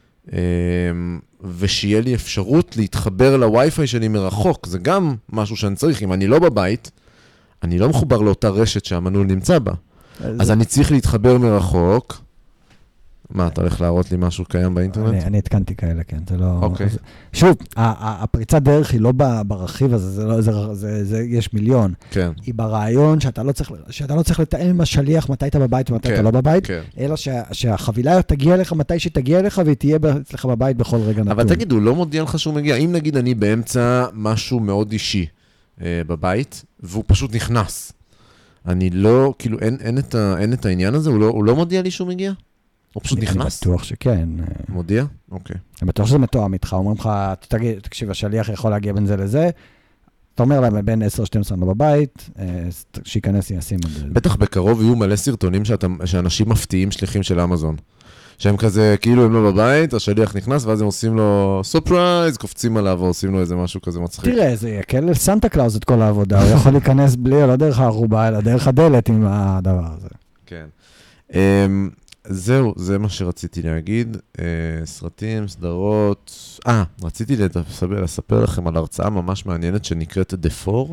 ושיהיה לי אפשרות להתחבר לווי-פיי שלי מרחוק, זה גם משהו שאני צריך, אם אני לא בבית, אני לא מחובר לאותה רשת שהמנעול נמצא בה. אז אני צריך להתחבר מרחוק, מה, אתה הולך להראות לי משהו קיים באינטרנט? אני התקנתי כאלה, כן, זה לא... אוקיי. שוב, הפריצת דרך היא לא ברכיב הזה, יש מיליון. כן. היא ברעיון שאתה לא צריך לתאם עם השליח מתי אתה בבית ומתי אתה לא בבית, אלא שהחבילה תגיע לך מתי שתגיע לך, והיא תהיה אצלך בבית בכל רגע נתון. אבל תגיד, הוא לא מודיע לך שהוא מגיע. אם נגיד אני באמצע משהו מאוד אישי בבית, והוא פשוט נכנס. אני לא, כאילו, אין את העניין הזה, הוא לא מודיע לי שהוא מגיע? הוא פשוט נכנס? אני בטוח שכן. מודיע? אוקיי. אני בטוח שזה מתואם איתך, אומרים לך, תקשיב, השליח יכול להגיע בין זה לזה, אתה אומר להם, בין 10-12 לא בבית, שיכנס ישים את זה. בטח בקרוב יהיו מלא סרטונים שאנשים מפתיעים שליחים של אמזון. שהם כזה, כאילו הם לא בבית, השליח נכנס, ואז הם עושים לו סופרייז, קופצים עליו, ועושים לו איזה משהו כזה מצחיק. תראה, זה יקל לסנטה קלאוס את כל העבודה, הוא יכול להיכנס בלי, לא דרך הערובה, אלא דרך הדלת עם הדבר הזה. כן. זהו, זה מה שרציתי להגיד. סרטים, סדרות... רציתי לספר לכם על הרצאה ממש מעניינת שנקראת The Four.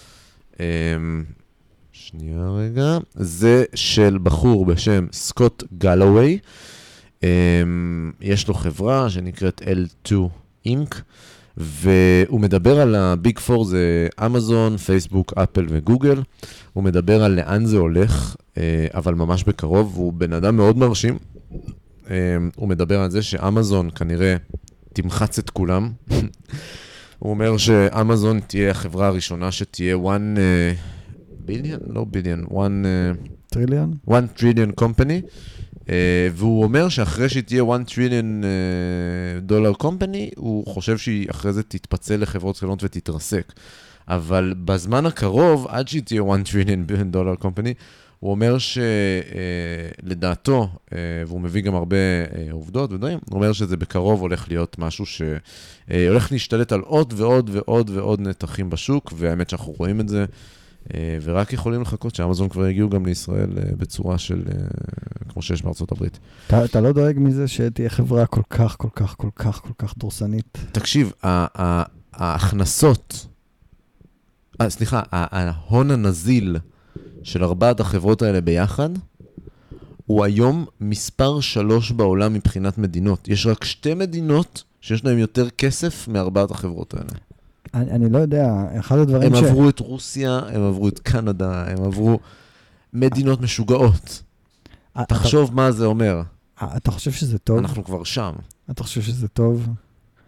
שנייה רגע. זה של בחור בשם סקוט גלווי. יש לו חברה שנקראת L2 Inc. והוא מדבר על הביג פור, זה אמזון, פייסבוק, אפל וגוגל. הוא מדבר על לאן זה הולך, אבל ממש בקרוב, הוא בן אדם מאוד מרשים. הוא מדבר על זה שאמזון כנראה תמחץ את כולם. הוא אומר שאמזון תהיה החברה הראשונה שתהיה 1 טריליון קומפני, והוא אומר שאחרי שהיא תהיה 1 טריליון דולר קומפני, הוא חושב שהיא אחרי זה תתפצל לחברות קטנות ותתרסק. אבל בזמן הקרוב, עד שהיא תהיה 1 טריליון דולר קומפני, הוא אומר שלדעתו, והוא מביא גם הרבה עובדות ודברים, הוא אומר שזה בקרוב הולך להיות משהו שהולך להשתלט על עוד ועוד ועוד ועוד נתחים בשוק, והאמת שאנחנו רואים את זה, ורק יכולים לחכות שאמזון כבר הגיעו גם לישראל בצורה של, כמו שיש בארצות הברית. אתה לא דואג מזה שתהיה חברה כל כך, כל כך, כל כך, כל כך דורסנית? תקשיב, ההכנסות, סליחה, ההון הנזיל של 4 החברות האלה ביחד, הוא היום מספר 3 בעולם מבחינת מדינות. יש רק 2 מדינות שיש להם יותר כסף מ4 החברות האלה. אני לא יודע, אחד הדברים הם עברו את רוסיה, הם עברו את קנדה, הם עברו מדינות משוגעות. תחשוב מה זה אומר. אתה חושב שזה טוב? אנחנו כבר שם. אתה חושב שזה טוב?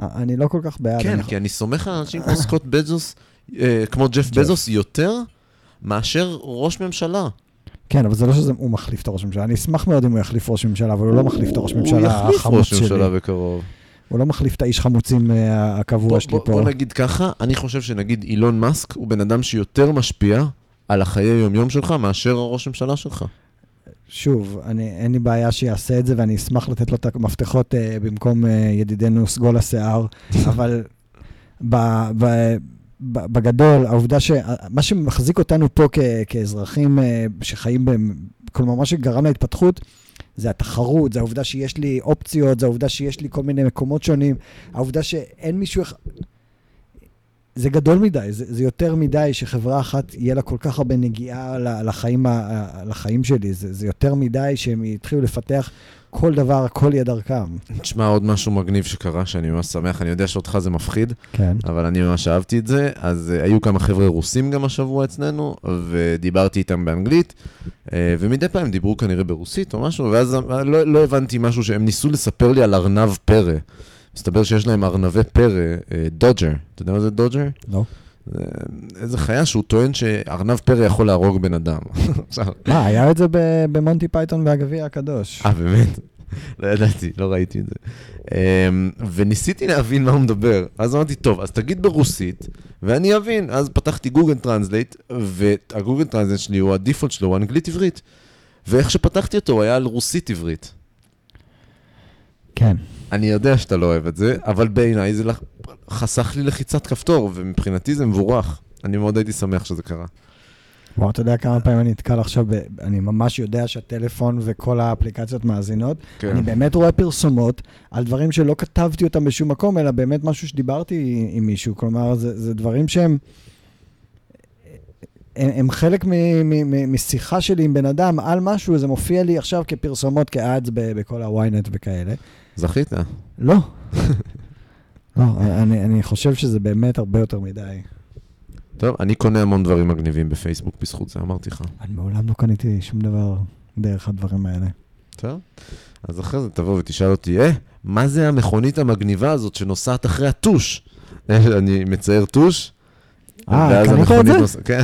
אני לא כל כך בעד. כן, כי אני סומך על אנשים כמו סקוט בזוס, כמו ג'ף בזוס, יותר מאשר ראש ממשלה. כן, אבל זה לא שהוא מחליף את הראש ממשלה. אני אשמח מאוד אם הוא יחליף ראש ממשלה, אבל הוא לא מחליף את הראש ממשלה החמוץ שלי. הוא יחליף ראש ממשלה בקרוב. הוא לא מחליף את האיש חמוצים הקבוע שלי פה. בוא נגיד ככה, אני חושב שנגיד אילון מאסק הוא בן אדם שיותר משפיע על החיי יום-יום שלך מאשר הראש ממשלה שלך. שוב, אין לי בעיה שיעשה את זה, ואני אשמח לתת לו את המפתחות במקום ידידנו סגול השיער, אבל בגדול, העובדה שמה שמחזיק אותנו פה כאזרחים שחיים, כלומר, מה שגרם להתפתחות, זה התחרות, זה העובדה שיש לי אופציות, זה העובדה שיש לי כל מיני מקומות שונים, העובדה שאין מישהו... זה גדול מדי, זה יותר מדי שחברה אחת יהיה לה כל כך הרבה נגיעה לחיים שלי, זה יותר מדי שהם יתחילו לפתח כל דבר, הכל יהיה דרכם. תשמע, עוד משהו מגניב שקרה, שאני ממש שמח, אני יודע שאותך זה מפחיד, כן. אבל אני ממש אהבתי את זה, אז היו כמה חבר'ה רוסים גם השבוע אצלנו, ודיברתי איתם באנגלית, ומדי פעם דיברו כנראה ברוסית או משהו, ואז לא הבנתי משהו שהם ניסו לספר לי על ארנב פרא. מסתבר שיש להם ארנבי פרא, דודג'ר. אתה יודע מה זה דודג'ר? לא. איזה חיה שהוא טוען שארנב פרא יכול להרוג בן אדם. מה, היה את זה במונטי פייתון והגביע הקדוש. באמת? לא ידעתי, לא ראיתי את זה. וניסיתי להבין מה הוא מדבר. אז אמרתי, טוב, אז תגיד ברוסית, ואני אבין. אז פתחתי גוגל טרנסלייט, והגוגל טרנסלייט שלי הוא הדיפולט שלו, הוא אנגלית עברית. ואיך שפתחתי אותו, הוא היה על רוסית עברית. כן. אני יודע שאתה לא אוהב את זה, אבל בעיניי זה חסך לי לחיצת כפתור, ומבחינתי זה מבורך. אני מאוד הייתי שמח שזה קרה. וואו, אתה יודע כמה פעמים אני נתקל עכשיו, אני ממש יודע שהטלפון וכל האפליקציות מאזינות, כן. אני באמת רואה פרסומות על דברים שלא כתבתי אותם בשום מקום, אלא באמת משהו שדיברתי עם מישהו, כלומר, זה דברים שהם הם חלק משיחה שלי עם בן אדם על משהו, זה מופיע לי עכשיו כפרסומות, כאדס בכל הוויינט וכאלה. זכית? לא. לא, אני חושב שזה באמת הרבה יותר מדי. טוב, אני קונה המון דברים מגניבים בפייסבוק בזכות זה, אמרתי לך. אני מעולם לא קניתי שום דבר דרך הדברים האלה. טוב, אז אחרי זה תבוא ותשאל אותי, מה זה המכונית המגניבה הזאת שנוסעת אחרי הטוש? אני מצייר טוש, קנית את זה? כן.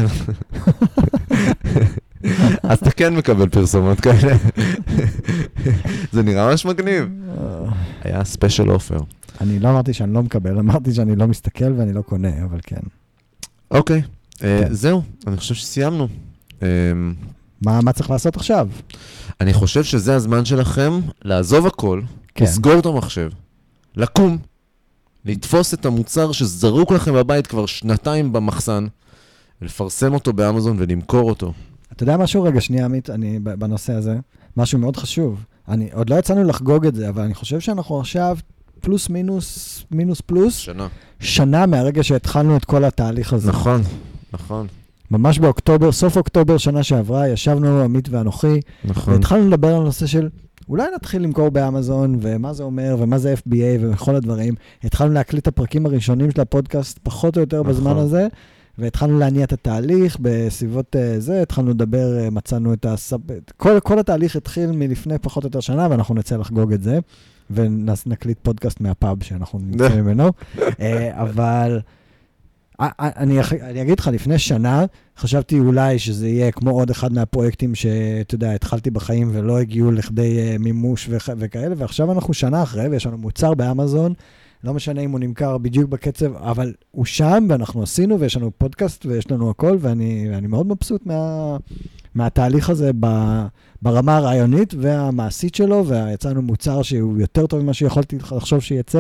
אז אתה כן מקבל פרסומות כאלה. זה נראה ממש מגניב. היה ספיישל אופר. אני לא אמרתי שאני לא מקבל, אמרתי שאני לא מסתכל ואני לא קונה, אבל כן. אוקיי, זהו, אני חושב שסיימנו. מה צריך לעשות עכשיו? אני חושב שזה הזמן שלכם לעזוב הכל, לסגור את המחשב, לקום, לתפוס את המוצר שזרוק לכם בבית כבר 2 במחסן, ולפרסם אותו באמזון ולמכור אותו. אתה יודע משהו רגע, שנייה עמית, אני בנושא הזה, משהו מאוד חשוב. עוד לא יצאנו לחגוג את זה, אבל אני חושב שאנחנו עכשיו פלוס מינוס פלוס. שנה מהרגע שהתחלנו את כל התהליך הזה. נכון, נכון. ממש באוקטובר, סוף אוקטובר, שנה שעברה, ישבנו עמית ואנוכי, נכון. והתחלנו לדבר על הנושא של, אולי נתחיל למכור באמזון, ומה זה אומר, ומה זה FBA, וכל הדברים. התחלנו להקליט את הפרקים הראשונים של הפודקאסט, פחות או יותר נכון. בזמן הזה, והתחלנו להניע את התהליך בסביבות זה, התחלנו לדבר, מצאנו את כל התהליך התחיל מלפני פחות או יותר שנה, ואנחנו נצא לחגוג את זה, ונקליט פודקאסט מהפאב שאנחנו נמצאים ממנו. אבל אני אגיד לך, לפני שנה, חשבתי אולי שזה יהיה כמו עוד אחד מהפרויקטים שאתה יודע, התחלתי בחיים ולא הגיעו לכדי מימוש וכאלה, ועכשיו אנחנו שנה אחרי, ויש לנו מוצר באמזון, לא משנה אם הוא נמכר בדיוק בקצב, אבל הוא שם, ואנחנו עשינו, ויש לנו פודקאסט, ויש לנו הכל, ואני מאוד מבסוט מהתהליך הזה ברמה הרעיונית והמעשית שלו, ויצאנו מוצר שהוא יותר טוב ממה שיכולתי לחשוב שיצא,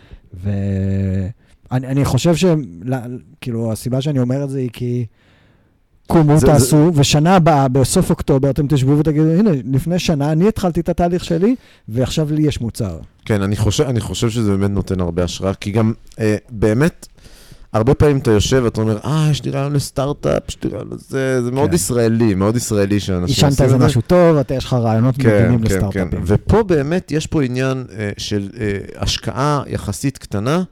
ואני חושב כאילו, הסיבה שאני אומר את זה היא כי קומו, תעשו, ושנה הבאה, בסוף אוקטובר, אתם תשבו ותגידו, הנה, לפני שנה אני התחלתי את התהליך שלי, ועכשיו לי יש מוצר. כן, אני חושב שזה באמת נותן הרבה השראה, כי גם באמת, הרבה פעמים אתה יושב ואתה אומר, יש לי רעיון לסטארט-אפ, זה מאוד ישראלי, מאוד ישראלי שאנשים עושים את זה. משהו טוב, יש לך רעיונות מדהימים לסטארט-אפים. ופה באמת יש פה עניין של השקעה יחסית קטנה,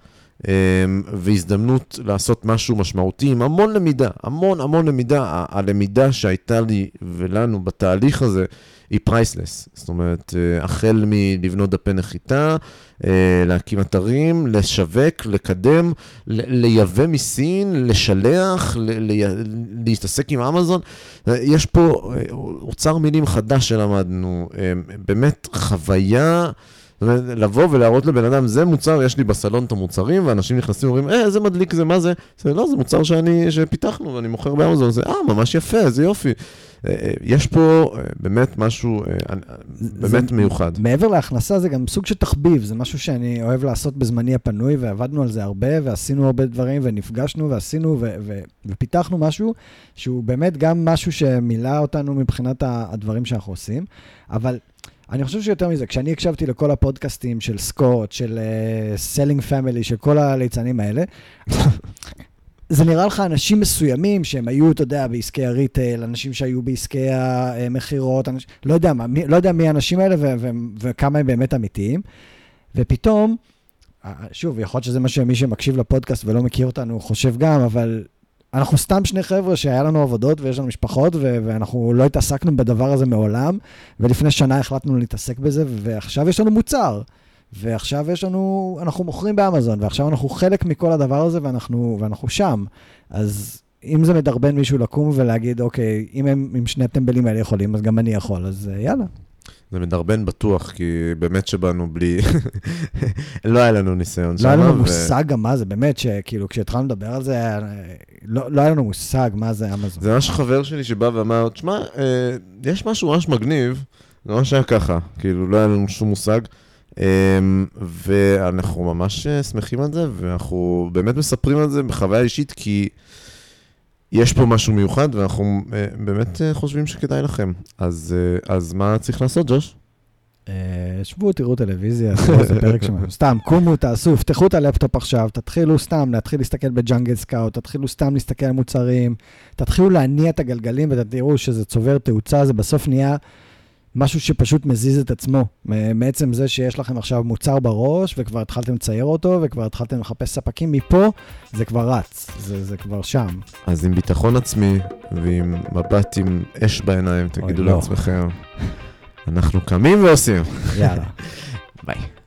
והזדמנות לעשות משהו משמעותי, עם המון למידה, המון למידה. הלמידה שהייתה לי ולנו בתהליך הזה, היא פרייסלס. זאת אומרת, החל מלבנות דפי נחיתה, להקים אתרים, לשווק, לקדם, לייבא מסין, לשלח, להתעסק עם אמזון. יש פה אוצר מילים חדש שלמדנו, באמת חוויה, לבוא ולהראות לבן אדם, זה מוצר, יש לי בסלון את המוצרים, ואנשים נכנסים ואומרים, איזה מדליק זה, מה זה? זה לא, זה מוצר שפיתחנו, ואני מוכר באמזון, זה, ממש יפה, איזה יופי. יש פה באמת משהו באמת מיוחד. מעבר להכנסה זה גם סוג של תחביב, זה משהו שאני אוהב לעשות בזמני הפנוי, ועבדנו על זה הרבה, ועשינו הרבה דברים, ונפגשנו, ועשינו, ופיתחנו משהו, שהוא באמת גם משהו שמילא אותנו מבחינת הדברים שאנחנו עושים, אבל אני חושב שיותר מזה, כשאני הקשבתי לכל הפודקאסטים של סקוט, של סלינג פמילי, של כל הליצנים האלה, זה נראה לך אנשים מסוימים שהם היו, אתה יודע, בעסקי הריטייל, אנשים שהיו בעסקי המחירות, לא יודע מי האנשים האלה וכמה הם באמת אמיתיים. ופתאום, שוב, יכול להיות שזה מה שמי שמקשיב לפודקאסט ולא מכיר אותנו חושב גם, אבל אנחנו סתם שני חבר'ה שהיה לנו עבודות ויש לנו משפחות, ואנחנו לא התעסקנו בדבר הזה מעולם, ולפני שנה החלטנו להתעסק בזה, ועכשיו יש לנו מוצר. ועכשיו אנחנו מוכרים באמזון, ועכשיו אנחנו חלק מכל הדבר הזה, ואנחנו שם. אז אם זה מדרבן מישהו לקום ולהגיד, אוקיי, אם הם עם שני הטמבלים האלה יכולים, אז גם אני יכול, אז יאללה. זה מדרבן בטוח, כי באמת שבאנו בלי, לא היה לנו ניסיון שם. לא היה לנו מושג גם מה זה, באמת שכאילו כשהתחלנו לדבר על זה, לא היה לנו מושג מה זה אמזון. זה ממש חבר שלי שבא ואמר, תשמע, יש משהו ממש מגניב, זה ממש היה ככה, כאילו לא היה לנו שום מושג, ואנחנו ממש שמחים על זה, ואנחנו באמת מספרים על זה בחוויה אישית, כי יש פה משהו מיוחד, ואנחנו באמת חושבים שכדאי לכם. אז מה צריך לעשות, ג'וש? שבו, תראו טלוויזיה, זה פרק שמיים. סתם, קומו, תעשו, פתחו את הלפטופ עכשיו, תתחילו סתם להתחיל להסתכל בג'אנגל סקאוט, תתחילו סתם להסתכל על מוצרים, תתחילו להניע את הגלגלים, ותראו שזה צובר תאוצה, זה בסוף נהיה משהו שפשוט מזיז את עצמו. מעצם זה שיש לכם עכשיו מוצר בראש, וכבר התחלתם לצייר אותו, וכבר התחלתם לחפש ספקים מפה, זה כבר רץ, זה כבר שם. אז עם ביטחון עצמי, ועם מבט עם אש בעיניים, תגידו לעצמכם, אנחנו קמים ועושים. יאללה. ביי.